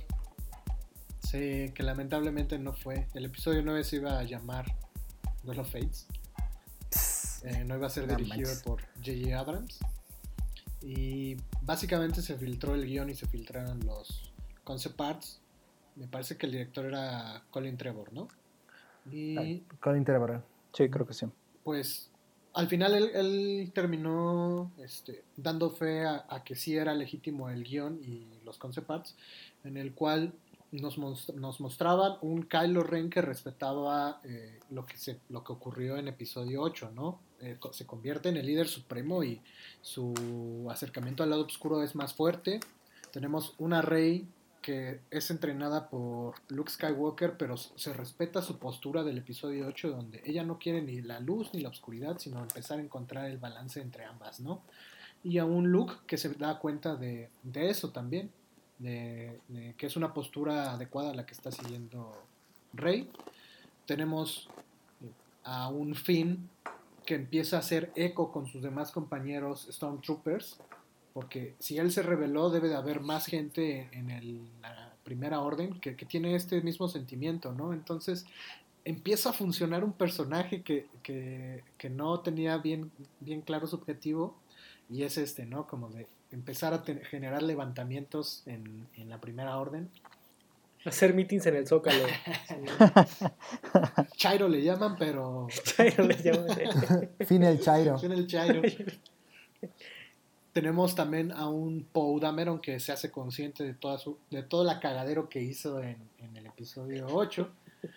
Sí, que lamentablemente no fue. El episodio 9 se iba a llamar Duel of Fates. No iba a ser No dirigido manches. por J.J. Abrams. Y básicamente se filtró el guión y se filtraron los concept arts. Me parece que el director era Colin Trevor, ¿no? Y Colin Trevorrow. Sí, creo que sí. pues al final él terminó dando fe a que sí era legítimo el guión y los concept arts, en el cual nos mostraban un Kylo Ren que respetaba lo que ocurrió en episodio 8, ¿no? Se convierte en el líder supremo y su acercamiento al lado oscuro es más fuerte. Tenemos una Rey que es entrenada por Luke Skywalker, pero se respeta su postura del episodio 8, donde ella no quiere ni la luz ni la oscuridad, sino empezar a encontrar el balance entre ambas, ¿no? Y a un Luke que se da cuenta de eso también, de que es una postura adecuada a la que está siguiendo Rey. Tenemos a un Finn que empieza a hacer eco con sus demás compañeros Stormtroopers, porque si él se rebeló debe de haber más gente en la Primera Orden que tiene este mismo sentimiento, ¿no? Entonces empieza a funcionar un personaje que no tenía bien claro su objetivo, y es ¿no? Como de empezar a generar levantamientos en la Primera Orden. Hacer meetings en el Zócalo. Chairo le llaman, pero... Chairo le llaman. Fin el Chairo. Fin el Chairo. Tenemos también a un Poe Dameron que se hace consciente de todo la cagadero que hizo en el episodio 8.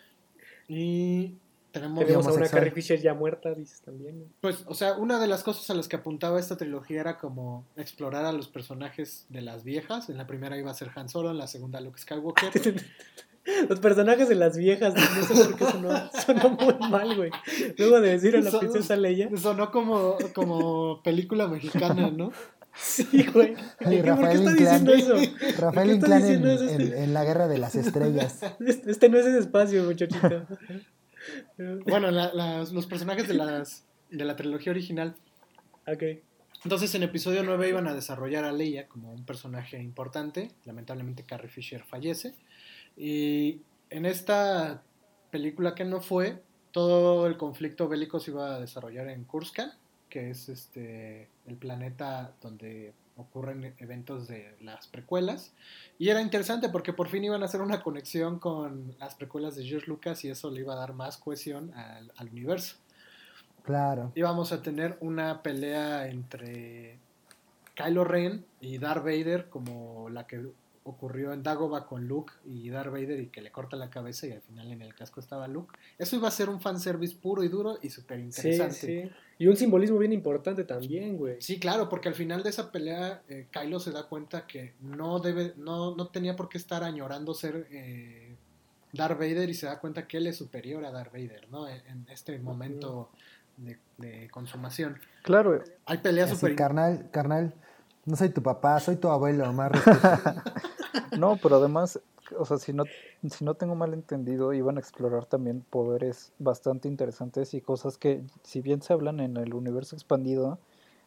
Y tenemos a una homosexual. Carrie Fisher ya muerta, dices también, ¿no? Pues, o sea, una de las cosas a las que apuntaba esta trilogía era como explorar a los personajes de las viejas. En la primera iba a ser Han Solo, en la segunda Luke Skywalker. Los personajes de las viejas, no sé por qué sonó muy mal, güey. Luego de decir a la princesa Leia. Sonó como película mexicana, ¿no? Sí, güey. Oye, ¿Por qué Rafael está Inclán. diciendo eso? Rafael ¿Por qué Inclán estás diciendo eso? en la Guerra de las Estrellas. Este no es ese espacio, muchachito. Bueno, los personajes de la trilogía original. Ok. Entonces en episodio 9 iban a desarrollar a Leia como un personaje importante. Lamentablemente Carrie Fisher fallece. Y en esta película que no fue, todo el conflicto bélico se iba a desarrollar en Coruscant, que es el planeta donde ocurren eventos de las precuelas. Y era interesante porque por fin iban a hacer una conexión con las precuelas de George Lucas y eso le iba a dar más cohesión al universo. Claro. Íbamos a tener una pelea entre Kylo Ren y Darth Vader, como la que ocurrió en Dagobah con Luke y Darth Vader, y que le corta la cabeza y al final en el casco estaba Luke. Eso iba a ser un fanservice puro y duro y súper interesante. Sí. Y un simbolismo bien importante también, güey. Sí, claro, porque al final de esa pelea Kylo se da cuenta que no tenía por qué estar añorando ser Darth Vader, y se da cuenta que él es superior a Darth Vader, ¿no? En este momento de consumación. Claro. Hay peleas Así, súper... carnal, no soy tu papá, soy tu abuelo, más respeto. No, pero además, o sea, si no tengo mal entendido, iban a explorar también poderes bastante interesantes y cosas que, si bien se hablan en el universo expandido,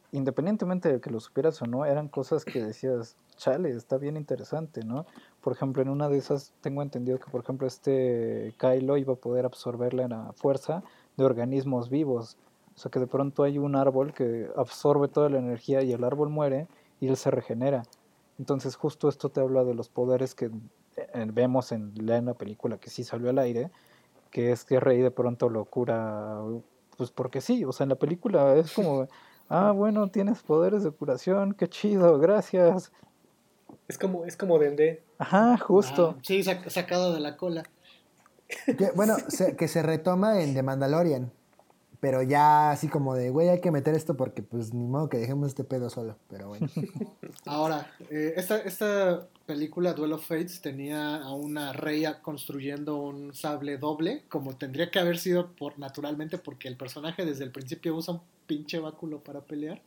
independientemente de que lo supieras o no, eran cosas que decías, chale, está bien interesante, ¿no? Por ejemplo, en una de esas tengo entendido que, por ejemplo, Kylo iba a poder absorber la fuerza de organismos vivos. O sea, que de pronto hay un árbol que absorbe toda la energía y el árbol muere y él se regenera. Entonces, justo esto te habla de los poderes que vemos en la película que sí salió al aire, que es que Rey de pronto lo cura, pues porque sí, o sea, en la película es como, bueno, tienes poderes de curación, qué chido, gracias. Es como Dende. Ajá, justo. Sí, sacado de la cola. Bueno, que se retoma en The Mandalorian. Pero ya así como de, güey, hay que meter esto porque pues ni modo que dejemos este pedo solo. Pero bueno. Ahora, esta película Duel of Fates tenía a una Rey construyendo un sable doble, como tendría que haber sido naturalmente, porque el personaje desde el principio usa un pinche báculo para pelear.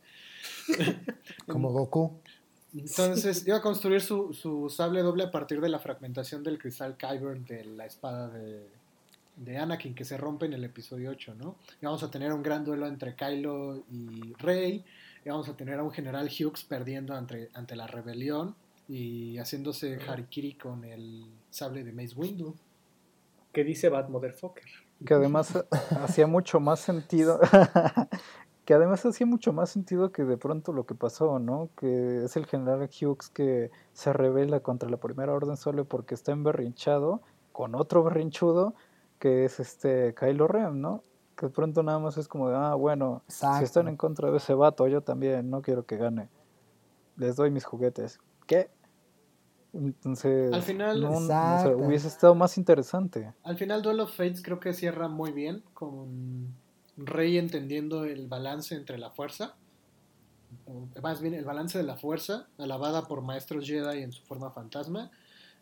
Como Goku. Entonces iba a construir su sable doble a partir de la fragmentación del cristal Kyber de la espada de Anakin, que se rompe en el episodio 8, ¿no? Y vamos a tener un gran duelo entre Kylo y Rey, y vamos a tener a un general Hux perdiendo ante la rebelión y haciéndose harikiri con el sable de Mace Windu. Que dice Bad Motherfucker. Que además hacía mucho más sentido. Que además hacía mucho más sentido que de pronto lo que pasó, ¿no? Que es el general Hux que se rebela contra la Primera Orden solo porque está emberrinchado con otro berrinchudo que es Kylo Ren, ¿no? Que de pronto nada más es como de, bueno, Exacto. si están en contra de ese vato, yo también no quiero que gane. Les doy mis juguetes. ¿Qué? Entonces, al final, no sé, hubiese estado más interesante. Al final Duel of Fates creo que cierra muy bien con Rey entendiendo el balance entre la fuerza, o más bien el balance de la fuerza, alabada por maestros Jedi en su forma fantasma.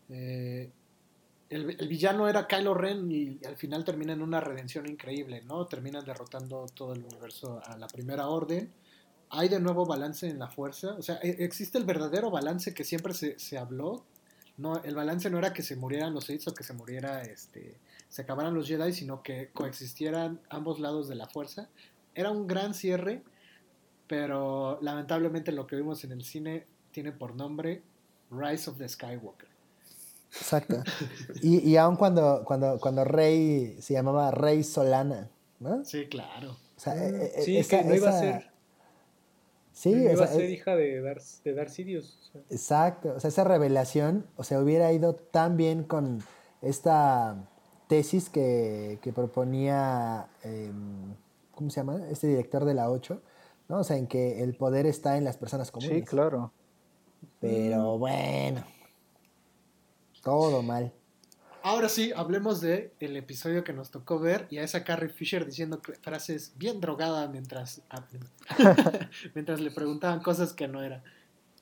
El villano era Kylo Ren y al final termina en una redención increíble, ¿no? Terminan derrotando todo el universo a la Primera Orden. Hay de nuevo balance en la fuerza. O sea, existe el verdadero balance que siempre se habló. No, el balance no era que se murieran los Sith o que se muriera, se acabaran los Jedi, sino que coexistieran ambos lados de la fuerza. Era un gran cierre, pero lamentablemente lo que vimos en el cine tiene por nombre Rise of the Skywalker. Exacto. Y aun cuando Rey se llamaba Rey Solana, ¿no? Sí, claro. O sea, sí, que no iba a ser. Sí, iba a ser hija de Darth Sidious. O sea. Exacto. O sea, esa revelación, o sea, hubiera ido tan bien con esta tesis que proponía, ¿cómo se llama? Este director de la 8, ¿no? O sea, en que el poder está en las personas comunes. Sí, claro. Pero bueno, todo mal. Ahora sí, hablemos de el episodio que nos tocó ver y a esa Carrie Fisher diciendo frases bien drogada mientras le preguntaban cosas que no era.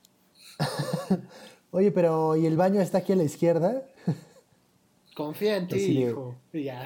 Oye, pero ¿y el baño está aquí a la izquierda? Confía en ti, Así hijo. Y ya.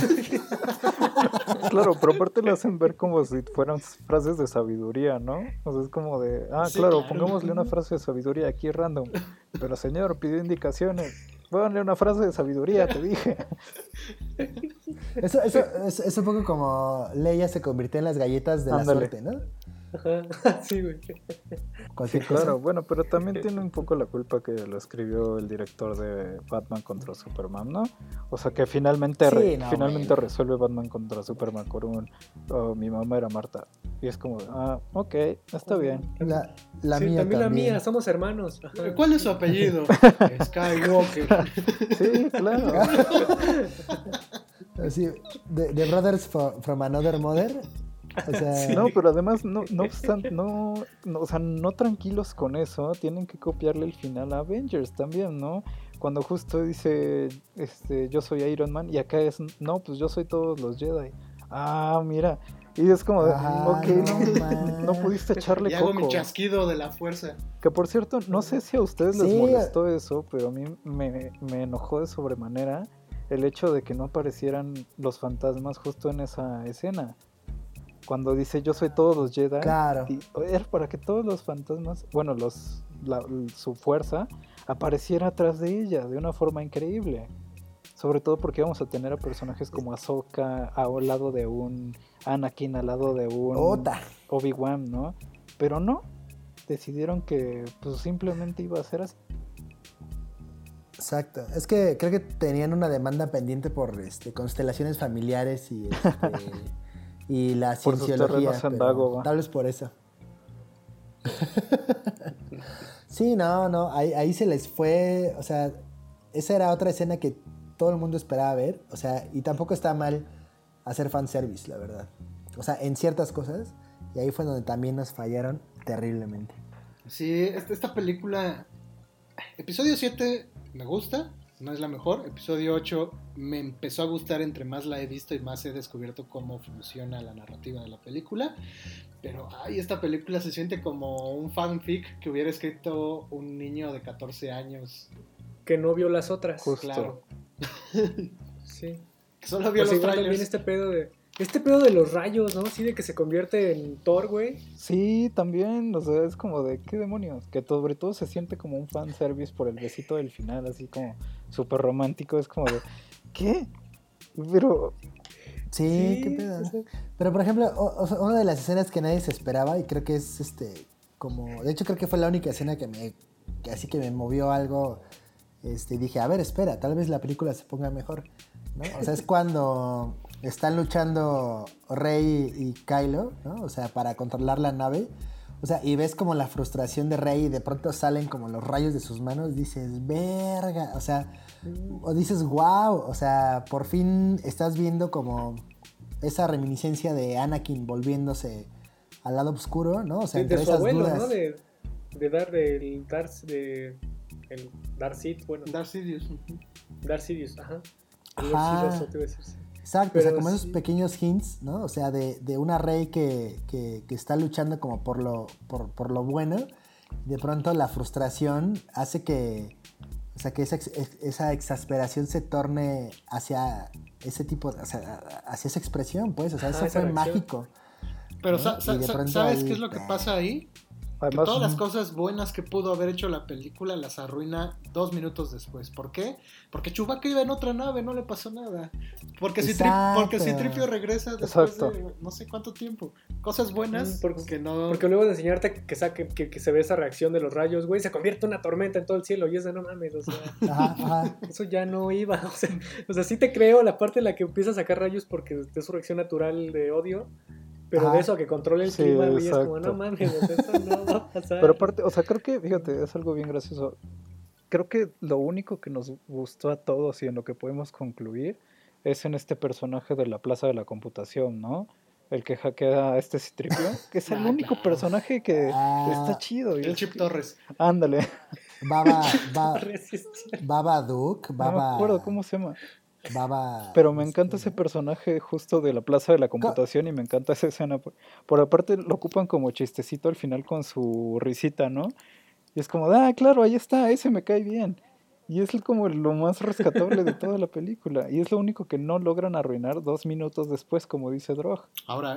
Claro, pero aparte lo hacen ver como si fueran frases de sabiduría, ¿no? O sea, es como de, Sí, claro, pongámosle una frase de sabiduría aquí random. Pero señor, pidió indicaciones. Pónganle una frase de sabiduría, te dije. Eso es un poco como Leia se convirtió en las galletas de Ándale. la suerte, ¿no? Ajá, sí, güey. Sí, claro, bueno, pero también tiene un poco la culpa que lo escribió el director de Batman contra Superman, ¿no? O sea que finalmente, Sí, finalmente resuelve Batman contra Superman con mi mamá era Marta. Y es como, ok, está bien. La sí, mía también la también. mía, somos hermanos. Ajá. ¿Cuál es su apellido? Skywalker. Sí, claro. Así, The Brothers from Another Mother. O sea, No, pero además no obstante, o sea, no tranquilos con eso, tienen que copiarle el final a Avengers también, ¿no? Cuando justo dice, yo soy Iron Man y acá es, no, pues yo soy todos los Jedi. Mira, y es como, ok, no pudiste echarle Y hago coco. mi chasquido de la fuerza. Que por cierto, no sé si a ustedes les Sí. molestó eso, pero a mí me enojó de sobremanera el hecho de que no aparecieran los fantasmas justo en esa escena. Cuando dice yo soy todos los Jedi, Claro. y era para que todos los fantasmas, bueno, su fuerza apareciera atrás de ella de una forma increíble. Sobre todo porque vamos a tener a personajes como Ahsoka al lado de un Anakin, al lado de un Ota. Obi-Wan, ¿no? pero no, decidieron que pues simplemente iba a ser así. Exacto. Es que creo que tenían una demanda pendiente por constelaciones familiares y la Por sus cienciología, terrenos en pero Dagoba. tal vez por eso. Sí, no, ahí se les fue, o sea, esa era otra escena que todo el mundo esperaba ver, o sea, y tampoco está mal hacer fanservice, la verdad. O sea, en ciertas cosas, y ahí fue donde también nos fallaron terriblemente. Sí, esta película, episodio 7 me gusta, no es la mejor. Episodio 8 me empezó a gustar entre más la he visto y más he descubierto cómo funciona la narrativa de la película. Pero, esta película se siente como un fanfic que hubiera escrito un niño de 14 años. Que no vio las otras. Justo. Claro. Sí. Que solo vio Pues los igual trailers. también este pedo de los rayos, ¿no? Así de que se convierte en Thor, güey. Sí, también, o sea, es como de, ¿qué demonios? Que sobre todo se siente como un fanservice por el besito del final, así como súper romántico, es como de, ¿qué? Pero, Sí, Sí, qué pedo. o sea, Pero por ejemplo, o sea, una de las escenas que nadie se esperaba, y creo que es como. De hecho, creo que fue la única escena que así que me movió algo. Y dije, a ver, espera, tal vez la película se ponga mejor. ¿No? O sea, es cuando están luchando Rey y Kylo, ¿no? O sea, para controlar la nave. O sea, y ves como la frustración de Rey y de pronto salen como los rayos de sus manos, dices, verga, o sea, o dices, wow, o sea, por fin estás viendo como esa reminiscencia de Anakin volviéndose al lado oscuro, ¿no? O sea, de entre su esas abuelo, dudas. ¿no? De el Darth Sith, bueno, Darth Sidious. Darth Sidious, ajá. Ajá. Eso te iba a decir, sí. Exacto, o sea, Pero como esos sí. pequeños hints, ¿no? O sea, de una Rey que está luchando como por lo bueno, de pronto la frustración hace que, o sea, que esa exasperación se torne hacia ese tipo, o sea, hacia esa expresión, pues, o sea, Ajá, eso esa fue reacción. mágico. Pero ¿no? Y de pronto ¿sabes ahí, qué es lo que pasa ahí? Que además, todas las cosas buenas que pudo haber hecho la película las arruina 2 minutos después. ¿Por qué? Porque Chewbacca iba en otra nave, no le pasó nada. Porque Exacto. Citripio regresa después Exacto. de no sé cuánto tiempo. Cosas buenas que no... Porque luego de enseñarte que se ve esa reacción de los rayos, güey, se convierte en una tormenta en todo el cielo y es de no mames, o sea, Ajá. eso ya no iba, o sea, sí te creo la parte en la que empieza a sacar rayos porque es su reacción natural de odio, pero Ajá. de eso a que controle el Sí, clima, güey, es como, exacto. no mames, o sea, eso no va a pasar. pero aparte, o sea, creo que, fíjate, es algo bien gracioso. Creo que lo único que nos gustó a todos y en lo que podemos concluir es en este personaje de la Plaza de la Computación, ¿no? El que hackea a este Citripio, que es el único claro. personaje que está Ah, chido. Y El es Chip que- Torres. Ándale, Resistir. Babadook, no me acuerdo cómo se llama. Baba. Pero me encanta ese personaje justo de la Plaza de la Computación y me encanta esa escena. Por aparte lo ocupan como chistecito al final con su risita, ¿no? Y es como, claro, ahí está, ese me cae bien. Y es como lo más rescatable de toda la película. Y es lo único que no logran arruinar 2 minutos después, como dice Drog. Ahora,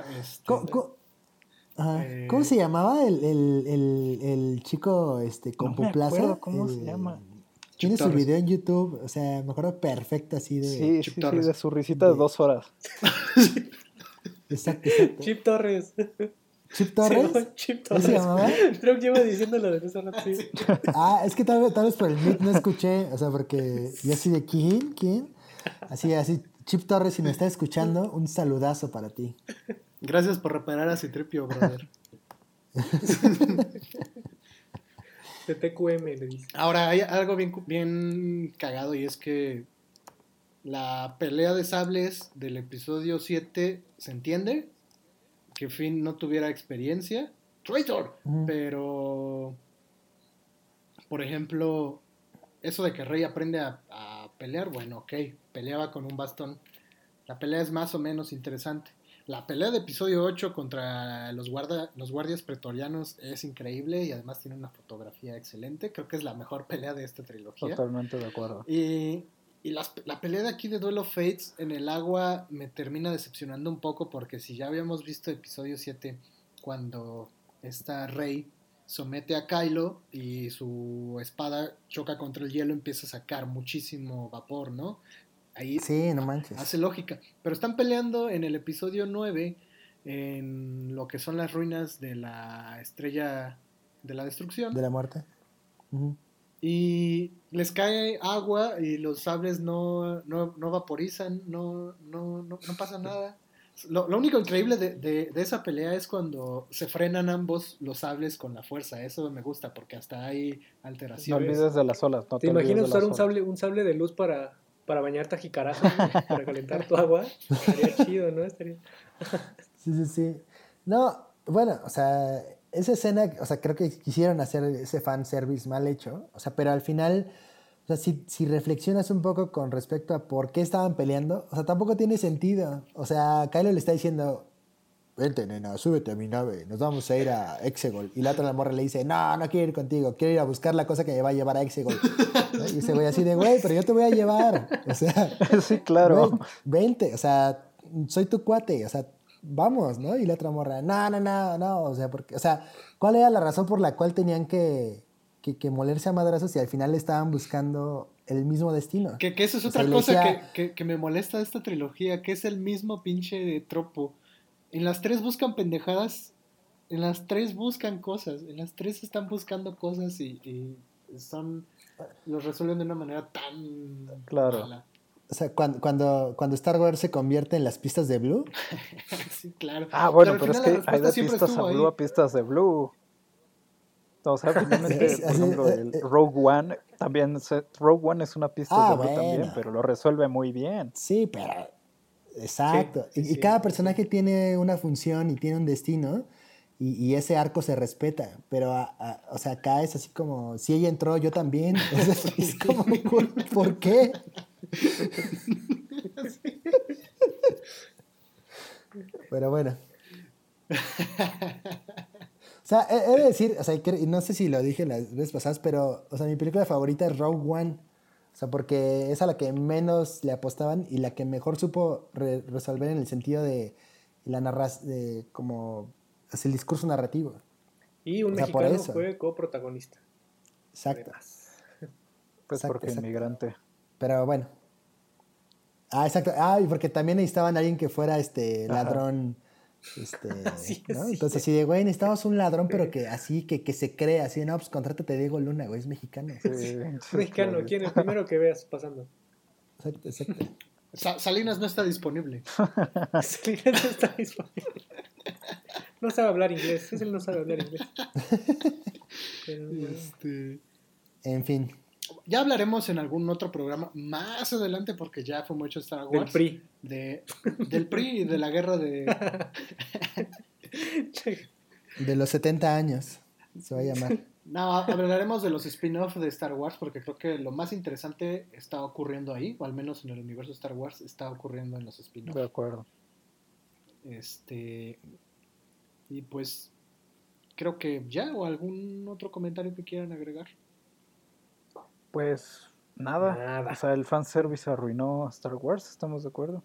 ¿Cómo se llamaba el chico No Compu me Plaza? acuerdo cómo se llama. Tiene Chip su Torres. video en YouTube, o sea, me acuerdo perfecto así de. Sí, Chip sí, Torres. de su risita de De- 2 horas. Exacto. Chip Torres. ¿Chip Se Torres? llama Chip ¿Ese se Torres. llamaba? Creo que lleva diciéndolo desde hace rato, sí. Ah, es que tal vez por el mic no escuché, o sea, porque yo así de ¿quién? Así, Chip Torres, si me está escuchando, un saludazo para ti. Gracias por reparar a Citripio, brother. De TQM le dice. Ahora, hay algo bien cagado y es que la pelea de sables del episodio 7 se entiende. Que Finn no tuviera experiencia. ¡Traitor! Ujú. Pero, por ejemplo, eso de que Rey aprende a pelear, bueno, ok, peleaba con un bastón. La pelea es más o menos interesante. La pelea de episodio 8 contra los guardias pretorianos es increíble y además tiene una fotografía excelente. Creo que es la mejor pelea de esta trilogía. Totalmente de acuerdo. Y la pelea de aquí de Duel of Fates en el agua me termina decepcionando un poco porque si ya habíamos visto episodio 7 cuando esta Rey somete a Kylo y su espada choca contra el hielo, empieza a sacar muchísimo vapor, ¿no? Ahí Sí, no manches. hace lógica. Pero están peleando en el episodio 9 en lo que son las ruinas de la estrella de la destrucción. De la muerte. Uh-huh. Y les cae agua y los sables no vaporizan, no pasa nada. Lo único increíble de esa pelea es cuando se frenan ambos los sables con la fuerza. Eso me gusta porque hasta hay alteraciones. No olvides de las olas. No ¿Te imaginas usar un olas. sable de luz para bañarte a jicarazo, para calentar tu agua? Estaría chido, ¿no? Sí. No, bueno, o sea, esa escena, o sea, creo que quisieron hacer ese fanservice mal hecho, o sea, pero al final, o sea, si reflexionas un poco con respecto a por qué estaban peleando, o sea, tampoco tiene sentido. O sea, Kylo le está diciendo, vente, nena, súbete a mi nave, nos vamos a ir a Exegol. Y la otra la morra le dice, no quiero ir contigo, quiero ir a buscar la cosa que me va a llevar a Exegol. ¿No? Y ese güey así de, güey, pero yo te voy a llevar. O sea, sí, claro. Güey, vente, o sea, soy tu cuate, o sea, vamos, ¿no? Y la otra morra, no, o sea, porque, o sea, ¿cuál era la razón por la cual tenían que molerse a madrazos y al final estaban buscando el mismo destino? Que eso es otra cosa que me molesta de esta trilogía, que es el mismo pinche tropo. En las tres buscan pendejadas, en las tres buscan cosas, en las tres están buscando cosas y los resuelven de una manera tan claro. mala. O sea, cuando Star Wars se convierte en las pistas de Blue. Sí, claro. Bueno, pero es que hay de pistas a Blue a pistas de Blue. O sea, finalmente, por ejemplo, el Rogue One también, Rogue One es una pista de Blue también, pero lo resuelve muy bien. Sí, pero, exacto. Sí, y cada personaje tiene una función y tiene un destino, y ese arco se respeta, pero, o sea, acá es así como, si ella entró, yo también. O sea, es como, ¿por qué? Pero bueno. O sea, he de decir, o sea, no sé si lo dije las veces pasadas, pero, o sea, mi película favorita es Rogue One. O sea, porque es a la que menos le apostaban y la que mejor supo resolver en el sentido de la narración, de como es el discurso narrativo. Y un mexicano fue coprotagonista. Exacto. Pues exacto, porque inmigrante. Pero bueno. Exacto. Y porque también necesitaban a alguien que fuera ladrón. sí, ¿no? Sí. Entonces así de, güey, necesitamos un ladrón, pero que así, que se cree, así, no, pues contrátate a Diego Luna, güey, es mexicano. Sí, mexicano, ¿quién? El primero que veas pasando. Exacto. Salinas no está disponible. Salinas no está disponible. No sabe hablar inglés, él no sabe hablar inglés. Pero, En fin. Ya hablaremos en algún otro programa más adelante porque ya fue mucho Star Wars. Del PRI. Del PRI y de la guerra de los 70 años se va a llamar. No, hablaremos de los spin-off de Star Wars porque creo que lo más interesante está ocurriendo ahí, o al menos en el universo de Star Wars está ocurriendo en los spin-off. De acuerdo. Y pues creo que ya, o algún otro comentario que quieran agregar. Pues nada. O sea, el fanservice arruinó Star Wars, ¿estamos de acuerdo?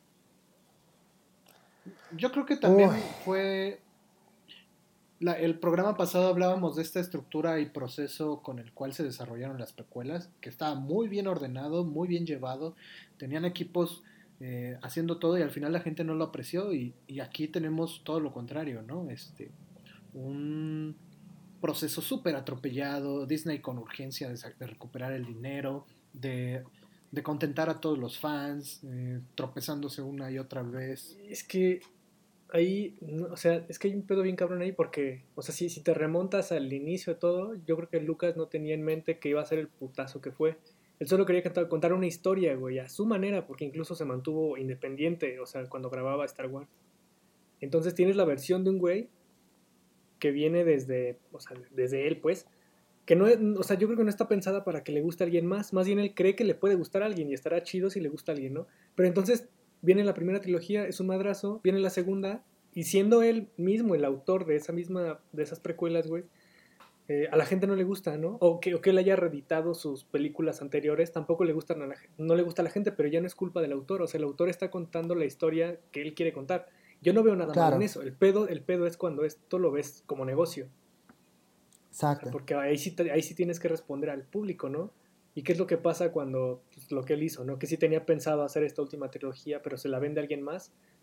Yo creo que también fue... el programa pasado hablábamos de esta estructura y proceso con el cual se desarrollaron las precuelas, que estaba muy bien ordenado, muy bien llevado, tenían equipos haciendo todo y al final la gente no lo apreció y aquí tenemos todo lo contrario, ¿no? Un proceso súper atropellado, Disney con urgencia de recuperar el dinero, de contentar a todos los fans, tropezándose una y otra vez. Es que ahí, o sea, es que hay un pedo bien cabrón ahí porque, o sea, si te remontas al inicio de todo, yo creo que Lucas no tenía en mente que iba a ser el putazo que fue. Él solo quería contar una historia, güey, a su manera, porque incluso se mantuvo independiente, o sea, cuando grababa Star Wars. Entonces tienes la versión de un güey que viene desde él, pues, que no, o sea, yo creo que no está pensada para que le guste a alguien más bien él cree que le puede gustar a alguien y estará chido si le gusta a alguien, ¿no? Pero entonces viene la primera trilogía, es un madrazo, viene la segunda, y siendo él mismo el autor de esas precuelas, güey, a la gente no le gusta, ¿no? O que él haya reeditado sus películas anteriores, tampoco le gustan no le gusta a la gente, pero ya no es culpa del autor, o sea, el autor está contando la historia que él quiere contar. Yo no veo nada malo en eso, el pedo es cuando esto lo ves como negocio. Exacto. O sea, porque ahí sí tienes que responder al público, ¿no? ¿Y qué es lo que pasa cuando, pues, lo que él hizo, ¿no? Que sí tenía pensado hacer esta última trilogía, pero se la vende a alguien más.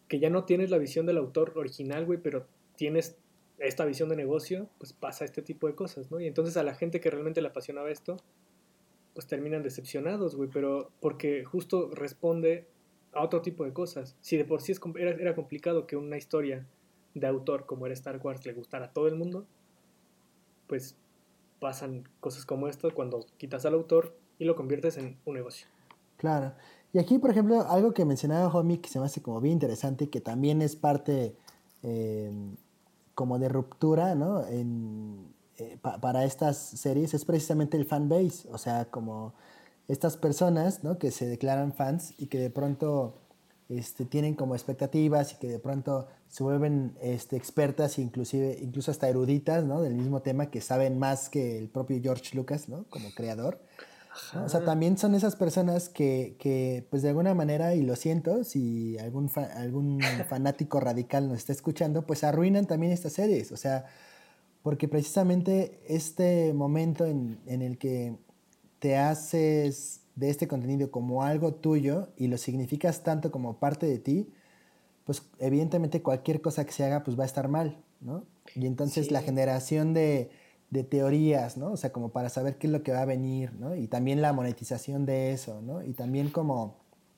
que ya no tienes la visión del autor original, güey, pero tienes esta visión de negocio, pues pasa este tipo de cosas, ¿no? Y entonces a la gente que realmente le apasionaba esto, pues terminan decepcionados, güey, pero porque justo responde a otro tipo de cosas. Si de por sí era complicado que una historia de autor como era Star Wars le gustara a todo el mundo, pues pasan cosas como esto cuando quitas al autor y lo conviertes en un negocio. Claro. Y aquí, por ejemplo, algo que mencionaba Homie que se me hace como bien interesante y que también es parte eh, como de ruptura, ¿no? Para estas series es precisamente el fan base, o sea, como estas personas, ¿no? Que se declaran fans y que de pronto tienen como expectativas y que de pronto se vuelven expertas, incluso hasta eruditas, ¿no? Del mismo tema, que saben más que el propio George Lucas, ¿no? Como creador. ¿No? O sea, también son esas personas que, pues de alguna manera, y lo siento, si algún fanático radical nos está escuchando, pues arruinan también estas series. O sea, porque precisamente este momento en el que te haces de este contenido como algo tuyo y lo significas tanto como parte de ti, pues evidentemente cualquier cosa que se haga pues va a estar mal, ¿no? Y entonces la generación de teorías, ¿no? O sea, como para saber qué es lo que va a venir, ¿no? Y también la monetización de eso, ¿no? Y también como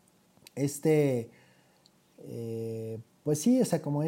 pues sí, o sea, como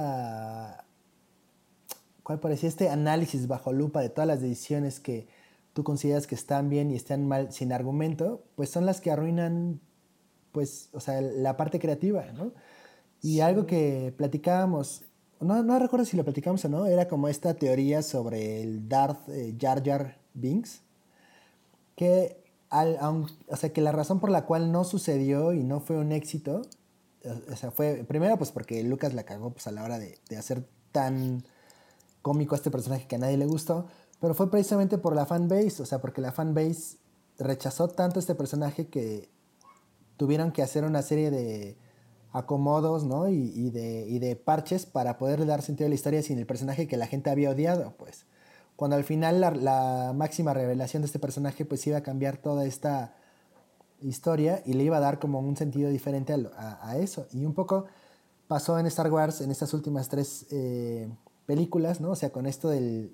¿cuál parecía? Este análisis bajo lupa de todas las decisiones que tú consideras que están bien y están mal sin argumento, pues son las que arruinan, pues, o sea, la parte creativa, ¿no? Y algo que platicábamos, no recuerdo si lo platicamos o no, era como esta teoría sobre el Darth Jar Jar Binks, que, o sea, que la razón por la cual no sucedió y no fue un éxito, o sea, fue primero pues porque Lucas la cagó pues a la hora de hacer tan cómico a este personaje que a nadie le gustó, pero fue precisamente por la fanbase, o sea, porque la fanbase rechazó tanto este personaje que tuvieron que hacer una serie de acomodos, ¿no? Y de parches para poder dar sentido a la historia sin el personaje que la gente había odiado, pues. Cuando al final la máxima revelación de este personaje pues iba a cambiar toda esta historia y le iba a dar como un sentido diferente a eso. Y un poco pasó en Star Wars en estas últimas 3 películas, ¿no? O sea, con esto de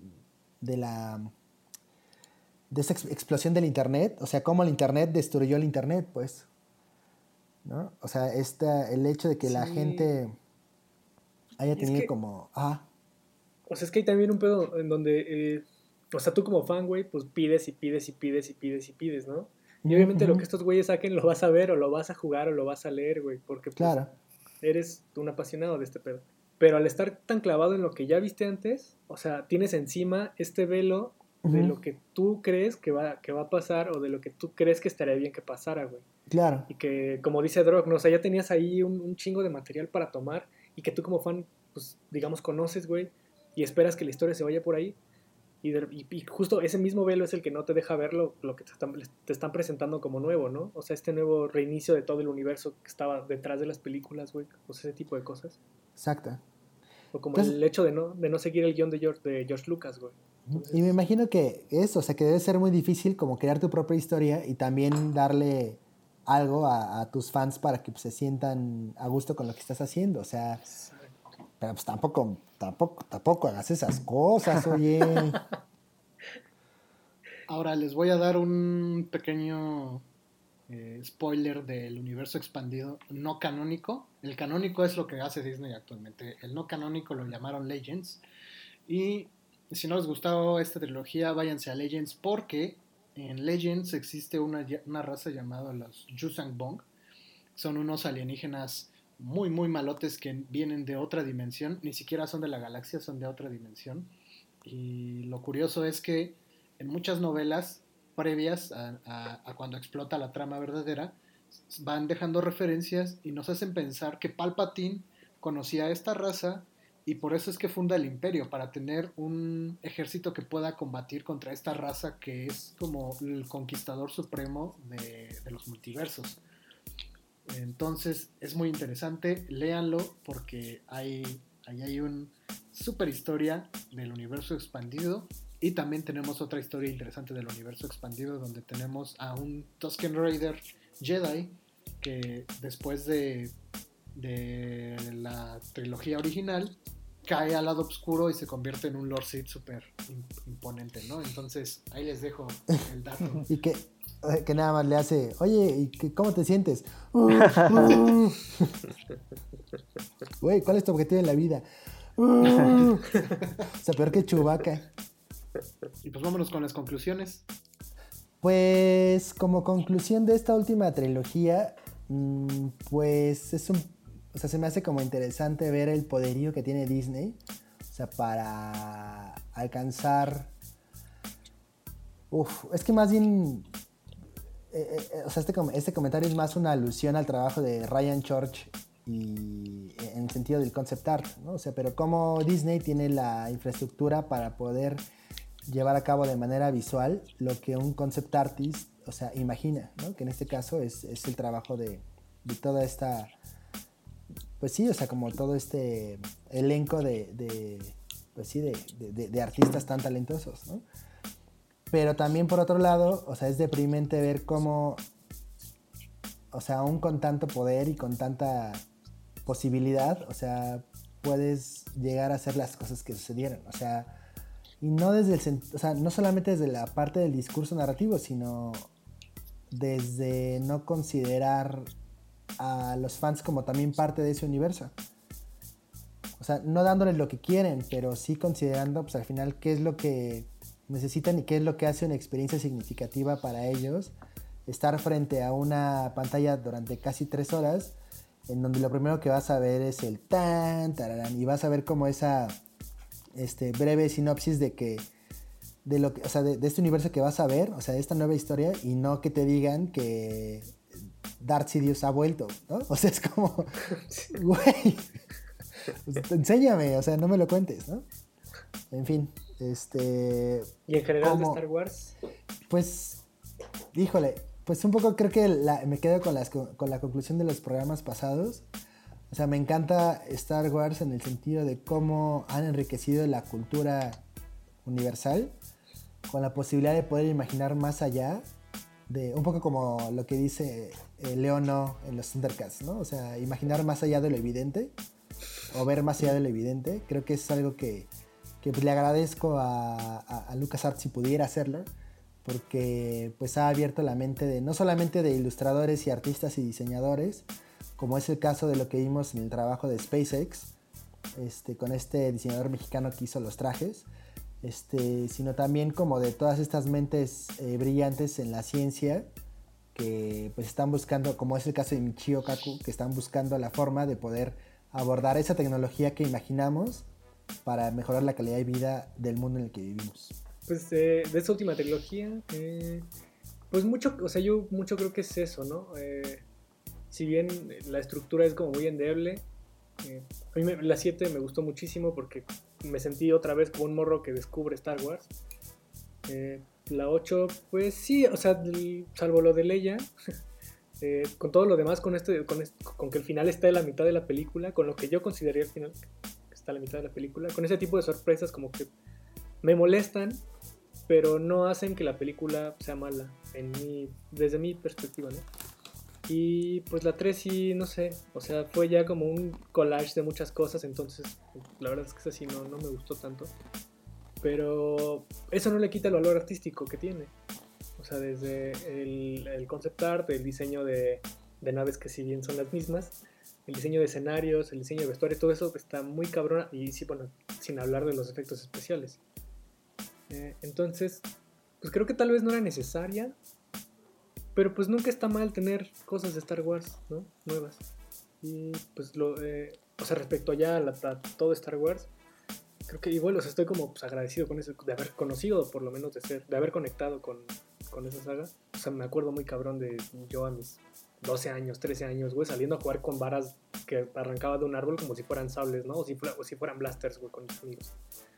esa explosión del internet, o sea, cómo el internet destruyó el internet, pues, ¿no? O sea, el hecho de que la gente haya tenido como... O sea, es que hay también un pedo en donde, o sea, tú como fan, güey, pues pides y pides y pides y pides y pides, ¿no? Y obviamente lo que estos güeyes saquen lo vas a ver o lo vas a jugar o lo vas a leer, güey, porque pues Claro. eres un apasionado de este pedo. Pero al estar tan clavado en lo que ya viste antes, o sea, tienes encima este velo de lo que tú crees que va a pasar o de lo que tú crees que estaría bien que pasara, güey. Claro. Y que, como dice Drog, ¿no? O sea, ya tenías ahí un chingo de material para tomar y que tú como fan, pues, digamos, conoces, güey, y esperas que la historia se vaya por ahí. Y justo ese mismo velo es el que no te deja ver lo que te están presentando como nuevo, ¿no? O sea, este nuevo reinicio de todo el universo que estaba detrás de las películas, güey. O sea, ese tipo de cosas. Exacto. O como entonces, el hecho de no seguir el guión de George Lucas, güey. Entonces, y me imagino que eso, o sea, que debe ser muy difícil como crear tu propia historia y también darle algo a tus fans para que pues, se sientan a gusto con lo que estás haciendo. O sea, pero pues tampoco hagas esas cosas, oye. Ahora les voy a dar un pequeño spoiler del universo expandido no canónico. El canónico es lo que hace Disney actualmente. El no canónico lo llamaron Legends. Y si no les gustó esta trilogía, váyanse a Legends porque en Legends existe una raza llamada los Yuuzhan Vong. Son unos alienígenas muy, muy malotes que vienen de otra dimensión. Ni siquiera son de la galaxia, son de otra dimensión. Y lo curioso es que en muchas novelas previas a cuando explota la trama verdadera, van dejando referencias y nos hacen pensar que Palpatine conocía a esta raza y por eso es que funda el Imperio, para tener un ejército que pueda combatir contra esta raza que es como el conquistador supremo de los multiversos. Entonces es muy interesante, léanlo porque ahí hay una super historia del universo expandido. Y también tenemos otra historia interesante del universo expandido donde tenemos a un Tusken Raider Jedi que después de de la trilogía original cae al lado oscuro y se convierte en un Lord Sith súper imponente, ¿no? Entonces, ahí les dejo el dato. Y que nada más le hace, oye, ¿y cómo te sientes? Güey, ¿cuál es tu objetivo en la vida? O sea, peor que Chewbacca. Y pues vámonos con las conclusiones. Pues como conclusión de esta última trilogía, pues o sea, se me hace como interesante ver el poderío que tiene Disney, o sea, para alcanzar, es que más bien, o sea, este comentario es más una alusión al trabajo de Ryan Church y en el sentido del concept art, ¿no? O sea, pero como Disney tiene la infraestructura para poder llevar a cabo de manera visual lo que un concept artist, o sea, imagina, ¿no? Que en este caso es el trabajo de toda esta, pues sí, o sea, como todo este elenco pues sí, de artistas tan talentosos, ¿no? Pero también por otro lado, o sea, es deprimente ver cómo, o sea, aún con tanto poder y con tanta posibilidad, o sea, puedes llegar a hacer las cosas que sucedieron, o sea, y no o sea, no solamente desde la parte del discurso narrativo, sino desde no considerar a los fans como también parte de ese universo. O sea, no dándoles lo que quieren, pero sí considerando, pues al final, qué es lo que necesitan y qué es lo que hace una experiencia significativa para ellos. Estar frente a una pantalla durante casi 3 horas, en donde lo primero que vas a ver es el tan, tararán, y vas a ver como esa breve sinopsis de lo que, o sea, de este universo que vas a ver, o sea, de esta nueva historia, y no que te digan que Darth Sidious ha vuelto, ¿no? O sea, es como, güey, pues, enséñame, o sea, no me lo cuentes, ¿no? En fin, ¿Y en general de Star Wars? Pues, híjole, pues un poco creo que me quedo con la conclusión de los programas pasados. O sea, me encanta Star Wars en el sentido de cómo han enriquecido la cultura universal con la posibilidad de poder imaginar más allá de un poco como lo que dice Leono en los Thundercats, ¿no? O sea, imaginar más allá de lo evidente o ver más allá de lo evidente. Creo que es algo que pues, le agradezco a LucasArts si pudiera hacerlo, porque pues ha abierto la mente de no solamente de ilustradores y artistas y diseñadores, como es el caso de lo que vimos en el trabajo de SpaceX, con este diseñador mexicano que hizo los trajes, sino también como de todas estas mentes brillantes en la ciencia que pues están buscando, como es el caso de Michio Kaku, que están buscando la forma de poder abordar esa tecnología que imaginamos para mejorar la calidad de vida del mundo en el que vivimos. Pues de esta última trilogía, pues mucho, o sea, yo mucho creo que es eso, ¿no? Si bien la estructura es como muy endeble, a mí la 7 me gustó muchísimo porque me sentí otra vez como un morro que descubre Star Wars. La 8, pues sí, o sea, salvo lo de Leia, con todo lo demás, con que el final está en la mitad de la película, con lo que yo consideraría el final que está a la mitad de la película, con ese tipo de sorpresas como que me molestan, pero no hacen que la película sea mala, desde mi perspectiva, ¿no? Y pues la 3 sí, no sé, o sea, fue ya como un collage de muchas cosas, entonces la verdad es que esa sí no me gustó tanto. Pero eso no le quita el valor artístico que tiene. O sea, desde el concept art, el diseño de naves que si bien son las mismas, el diseño de escenarios, el diseño de vestuario, todo eso está muy cabrón. Y sí, bueno, sin hablar de los efectos especiales. Entonces, pues creo que tal vez no era necesaria, pero pues nunca está mal tener cosas de Star Wars, ¿no? Nuevas. Y pues o sea, respecto ya a todo Star Wars, creo que igual, o sea, estoy como pues, agradecido con eso, de haber conocido, por lo menos de haber conectado con esa saga. O sea, me acuerdo muy cabrón de yo a mis 12 años, 13 años, güey, saliendo a jugar con varas que arrancaba de un árbol como si fueran sables, ¿no? O si fueran blasters, güey, con mis amigos.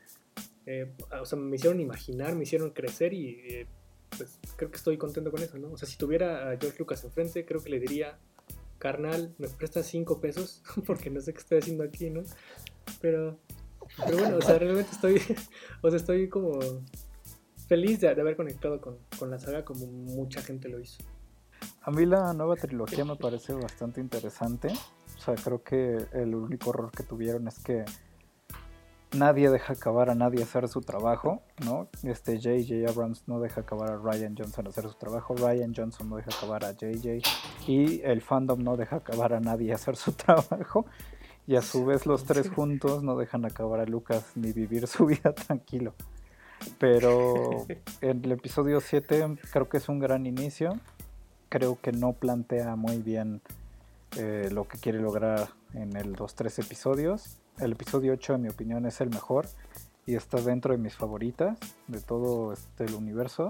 O sea, me hicieron imaginar, me hicieron crecer y pues creo que estoy contento con eso, ¿no? O sea, si tuviera a George Lucas enfrente, creo que le diría, carnal, ¿me prestas 5 pesos? Porque no sé qué estoy haciendo aquí, ¿no? Pero bueno, o sea, realmente estoy como feliz de haber conectado con la saga como mucha gente lo hizo. A mí la nueva trilogía me parece bastante interesante. O sea, creo que el único error que tuvieron es que nadie deja acabar a nadie hacer su trabajo, ¿no? J.J. Abrams no deja acabar a Rian Johnson hacer su trabajo, Rian Johnson no deja acabar a J.J. y el fandom no deja acabar a nadie hacer su trabajo, y a su vez los tres juntos no dejan acabar a Lucas ni vivir su vida tranquilo. Pero en el episodio 7 creo que es un gran inicio. Creo que no plantea muy bien lo que quiere lograr en los 3 episodios. El episodio 8 en mi opinión es el mejor y está dentro de mis favoritas de todo el universo.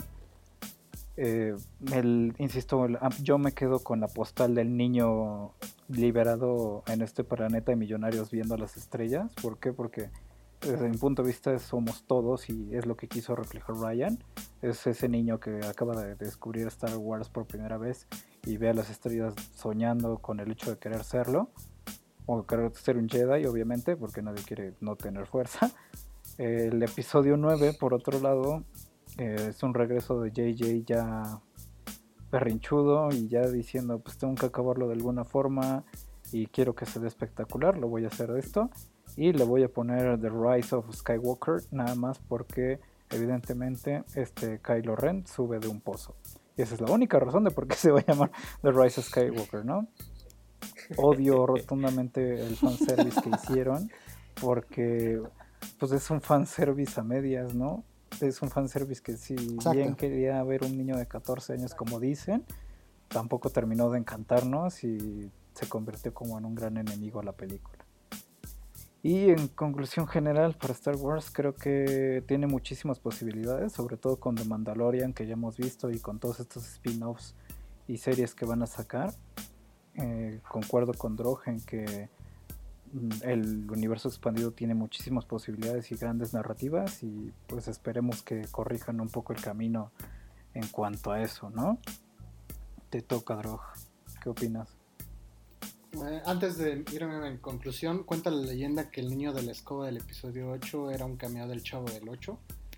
Insisto, yo me quedo con la postal del niño liberado en este planeta de millonarios viendo las estrellas. ¿Por qué? Porque desde mi punto de vista somos todos y es lo que quiso reflejar Rian. Es ese niño que acaba de descubrir Star Wars por primera vez y ve a las estrellas soñando con el hecho de querer serlo, o querer ser un Jedi, obviamente, porque nadie quiere no tener fuerza. El episodio 9, por otro lado, es un regreso de JJ ya berrinchudo y ya diciendo, pues tengo que acabarlo de alguna forma y quiero que se dé espectacular, lo voy a hacer de esto y le voy a poner The Rise of Skywalker, nada más porque evidentemente Kylo Ren sube de un pozo. Y esa es la única razón de por qué se va a llamar The Rise of Skywalker, ¿no? Odio rotundamente el fanservice que hicieron, porque pues es un fanservice a medias, ¿no? Es un fanservice que si Exacto. bien quería ver un niño de 14 años como dicen, tampoco terminó de encantarnos y se convirtió como en un gran enemigo a la película. Y en conclusión general para Star Wars, creo que tiene muchísimas posibilidades, sobre todo con The Mandalorian, que ya hemos visto, y con todos estos spin-offs y series que van a sacar. Concuerdo con Drog en que el universo expandido tiene muchísimas posibilidades y grandes narrativas, y pues esperemos que corrijan un poco el camino en cuanto a eso, ¿no? Te toca, Drog. ¿Qué opinas? Antes de irme en conclusión, cuenta la leyenda que el niño de la escoba del episodio 8 era un cameo del Chavo del 8.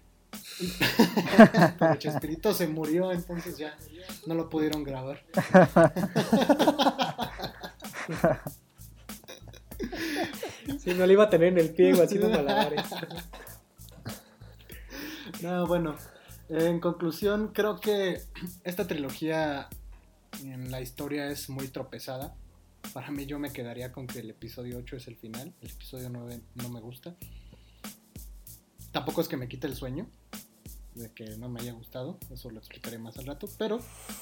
Pero Chespirito se murió, entonces ya no lo pudieron grabar. Sí, no le iba a tener en el pie haciendo malabares. No, bueno, en conclusión, creo que esta trilogía en la historia es muy tropezada. Para mí, yo me quedaría con que el episodio 8 es el final. El episodio 9 no me gusta. Tampoco es que me quite el sueño de que no me haya gustado. Eso lo explicaré más al rato. Pero,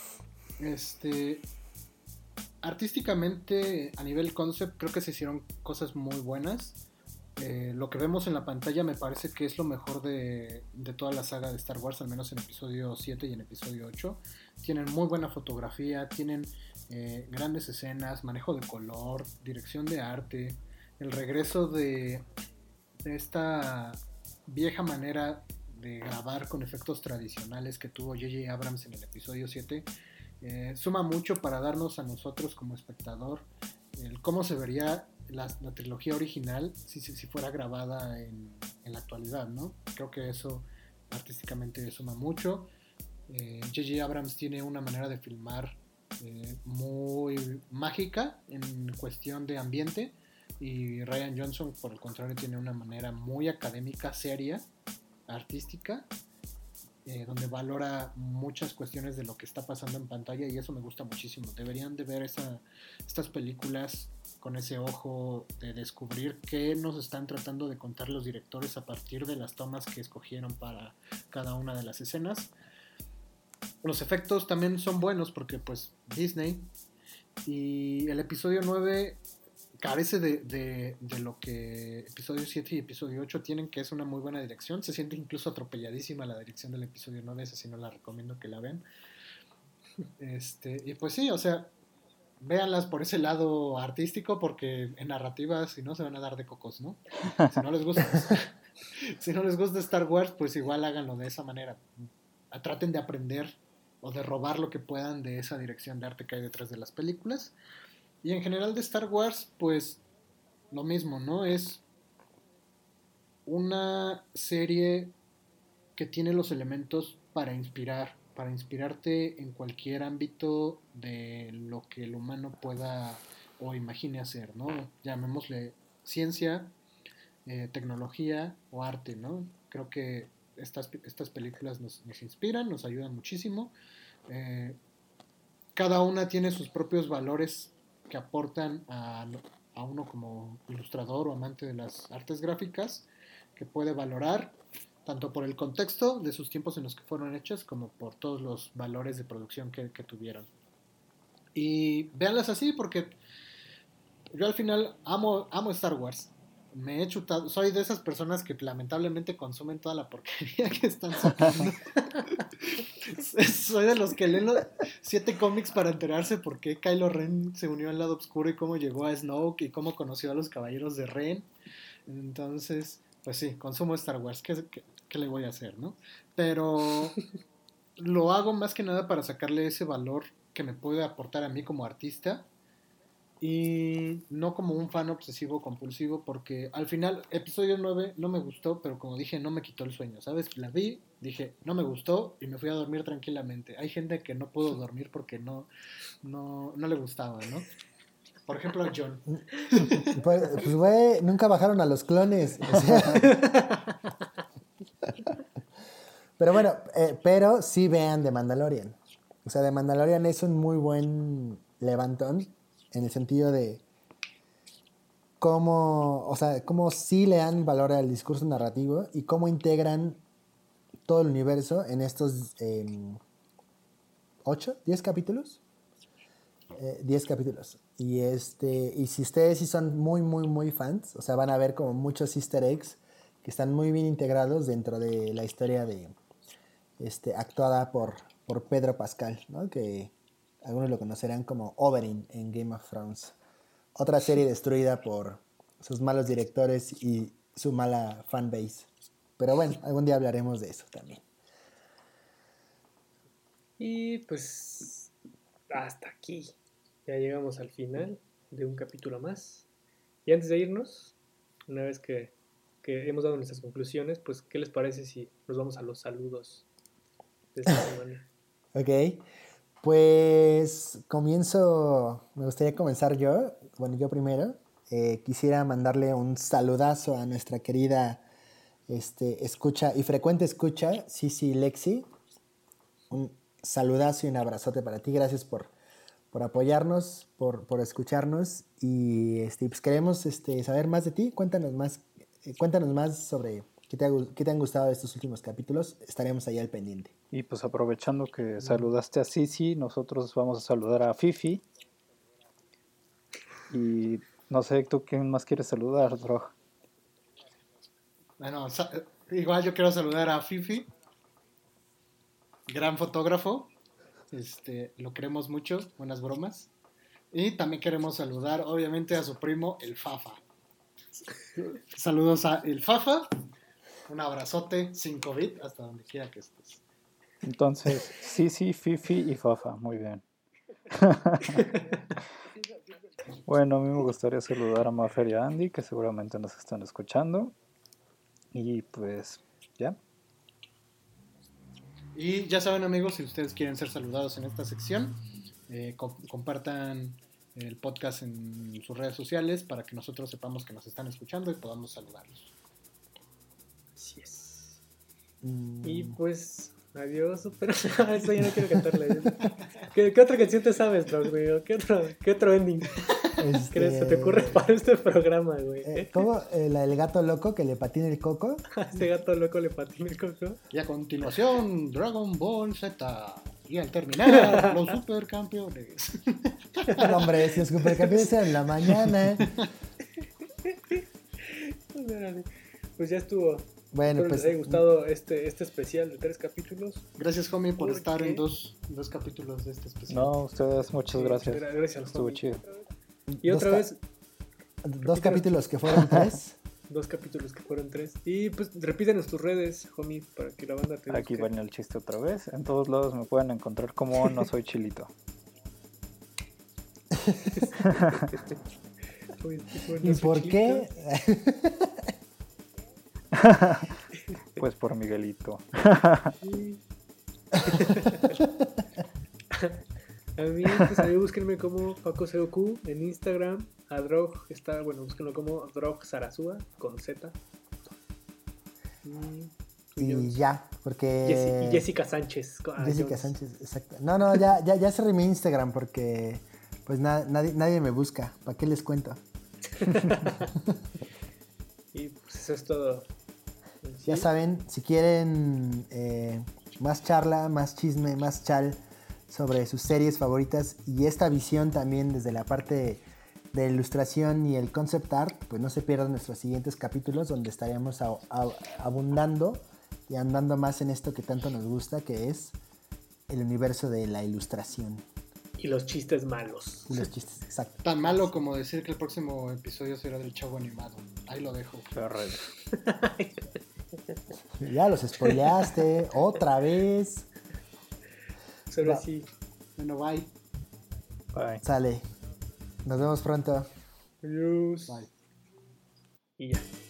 artísticamente, a nivel concept, creo que se hicieron cosas muy buenas. Lo que vemos en la pantalla me parece que es lo mejor de toda la saga de Star Wars, al menos en episodio 7 y en episodio 8. Tienen muy buena fotografía, tienen grandes escenas, manejo de color, dirección de arte, el regreso de esta vieja manera de grabar con efectos tradicionales que tuvo J.J. Abrams en el episodio 7. Suma mucho para darnos a nosotros como espectador el cómo se vería la trilogía original si fuera grabada en la actualidad, ¿no? Creo que eso artísticamente suma mucho. J.J. Abrams tiene una manera de filmar muy mágica en cuestión de ambiente, y Rian Johnson por el contrario tiene una manera muy académica, seria, artística, donde valora muchas cuestiones de lo que está pasando en pantalla, y eso me gusta muchísimo. Deberían de ver estas películas con ese ojo de descubrir qué nos están tratando de contar los directores a partir de las tomas que escogieron para cada una de las escenas. Los efectos también son buenos porque pues Disney, y el episodio 9 carece de lo que episodio 7 y episodio 8 tienen, que es una muy buena dirección. Se siente incluso atropelladísima la dirección del episodio 9, esa sí no la recomiendo que la vean. Y pues sí, o sea, véanlas por ese lado artístico, porque en narrativa si no se van a dar de cocos, ¿no? Si no les gusta si no les gusta Star Wars, pues igual háganlo de esa manera. Traten de aprender o de robar lo que puedan de esa dirección de arte que hay detrás de las películas. Y en general de Star Wars, pues lo mismo, ¿no? Es una serie que tiene los elementos para inspirarte en cualquier ámbito de lo que el humano pueda o imagine hacer, ¿no? Llamémosle ciencia, tecnología o arte, ¿no? Creo que estas películas nos inspiran, nos ayudan muchísimo. Cada una tiene sus propios valores que aportan a uno como ilustrador o amante de las artes gráficas, que puede valorar tanto por el contexto de sus tiempos en los que fueron hechas, como por todos los valores de producción que tuvieron. Y véanlas así, porque yo al final amo Star Wars. Me he chutado, soy de esas personas que lamentablemente consumen toda la porquería que están sacando. Soy de los que leen los 7 cómics para enterarse por qué Kylo Ren se unió al lado oscuro y cómo llegó a Snoke y cómo conoció a los caballeros de Ren. Entonces, pues sí, consumo Star Wars. ¿Qué le voy a hacer, no? Pero lo hago más que nada para sacarle ese valor que me puede aportar a mí como artista, y no como un fan obsesivo compulsivo, porque al final episodio 9 no me gustó, pero como dije, no me quitó el sueño, ¿sabes? La vi, dije, no me gustó y me fui a dormir tranquilamente. Hay gente que no pudo dormir porque no le gustaba, ¿no? Por ejemplo, John. Pues güey, nunca bajaron a los clones. O sea. Pero bueno, pero sí vean The Mandalorian. O sea, The Mandalorian es un muy buen levantón, en el sentido de cómo sí le dan valor al discurso narrativo y cómo integran todo el universo en estos 10 capítulos. 10 capítulos. Y si ustedes sí son muy, muy, muy fans, o sea, van a ver como muchos easter eggs que están muy bien integrados dentro de la historia actuada por Pedro Pascal, ¿no? Que algunos lo conocerán como Oberyn en Game of Thrones. Otra serie destruida por sus malos directores y su mala fanbase. Pero bueno, algún día hablaremos de eso también. Y pues hasta aquí. Ya llegamos al final de un capítulo más. Y antes de irnos, una vez que hemos dado nuestras conclusiones, pues ¿qué les parece si nos vamos a los saludos de esta semana? Ok. Pues me gustaría comenzar yo. Bueno, yo primero. Quisiera mandarle un saludazo a nuestra querida escucha y frecuente escucha, Sisi Lexi. Un saludazo y un abrazote para ti. Gracias por apoyarnos, por escucharnos. Y pues queremos saber más de ti. Cuéntanos más sobre qué te han gustado de estos últimos capítulos. Estaremos ahí al pendiente. Y pues aprovechando que saludaste a Sisi, nosotros vamos a saludar a Fifi. Y no sé, ¿tú quién más quieres saludar, Drog? Bueno, igual yo quiero saludar a Fifi, gran fotógrafo. Lo queremos mucho, buenas bromas. Y también queremos saludar, obviamente, a su primo, el Fafa. Saludos a el Fafa. Un abrazote sin COVID hasta donde quiera que estés. Entonces, Sisi, Fifi y Fafa, muy bien. Bueno, a mí me gustaría saludar a Mafer y a Andy, que seguramente nos están escuchando. Y pues, ya. Y ya saben, amigos, si ustedes quieren ser saludados en esta sección, compartan el podcast en sus redes sociales para que nosotros sepamos que nos están escuchando y podamos saludarlos. Así es. Y pues, adiós, pero eso ya no quiero cantarle. ¿Qué otra canción te sabes, Drog, güey? ¿Qué otro ending? ¿Qué se te ocurre para este programa, güey? ¿Cómo? La del gato loco que le patina el coco. Este gato loco le patina el coco. Y a continuación, Dragon Ball Z. Y al terminar, los supercampeones. No, hombre, si los supercampeones eran en la mañana. Pues ya estuvo. Bueno, espero pues les haya gustado este especial de 3 capítulos. Gracias, homie, por estar en dos capítulos de este especial. No, ustedes, muchas gracias. Gracias, estuvo homie. chido. Y otra vez. Dos capítulos que fueron 3. 2 capítulos que fueron 3. Y pues repítenos tus redes, homie, para que la banda te Aquí busque. va el chiste otra vez. En todos lados me pueden encontrar como No Soy Chilito. ¿Y por qué? Pues por Miguelito. A mí búsquenme como Paco Seoku en Instagram. A Drog está, bueno, búsquenlo como Drog Sarasúa con Z. Y ya, porque... Y Jessica Sánchez. Jessica Sánchez, exacto. No, ya cerré mi Instagram porque pues nadie me busca. ¿Para qué les cuento? Y pues eso es todo. Ya saben, si quieren más charla, más chisme, más chal sobre sus series favoritas y esta visión también desde la parte de ilustración y el concept art, pues no se pierdan nuestros siguientes capítulos donde estaremos abundando y andando más en esto que tanto nos gusta, que es el universo de la ilustración. Y los chistes malos. Y los chistes, exacto. Tan malo como decir que el próximo episodio será del Chavo Animado. Ahí lo dejo. Ya los spoileaste, otra vez. Solo así. Bueno, bye. Bye. Sale. Nos vemos pronto. Adiós. Bye. Y ya.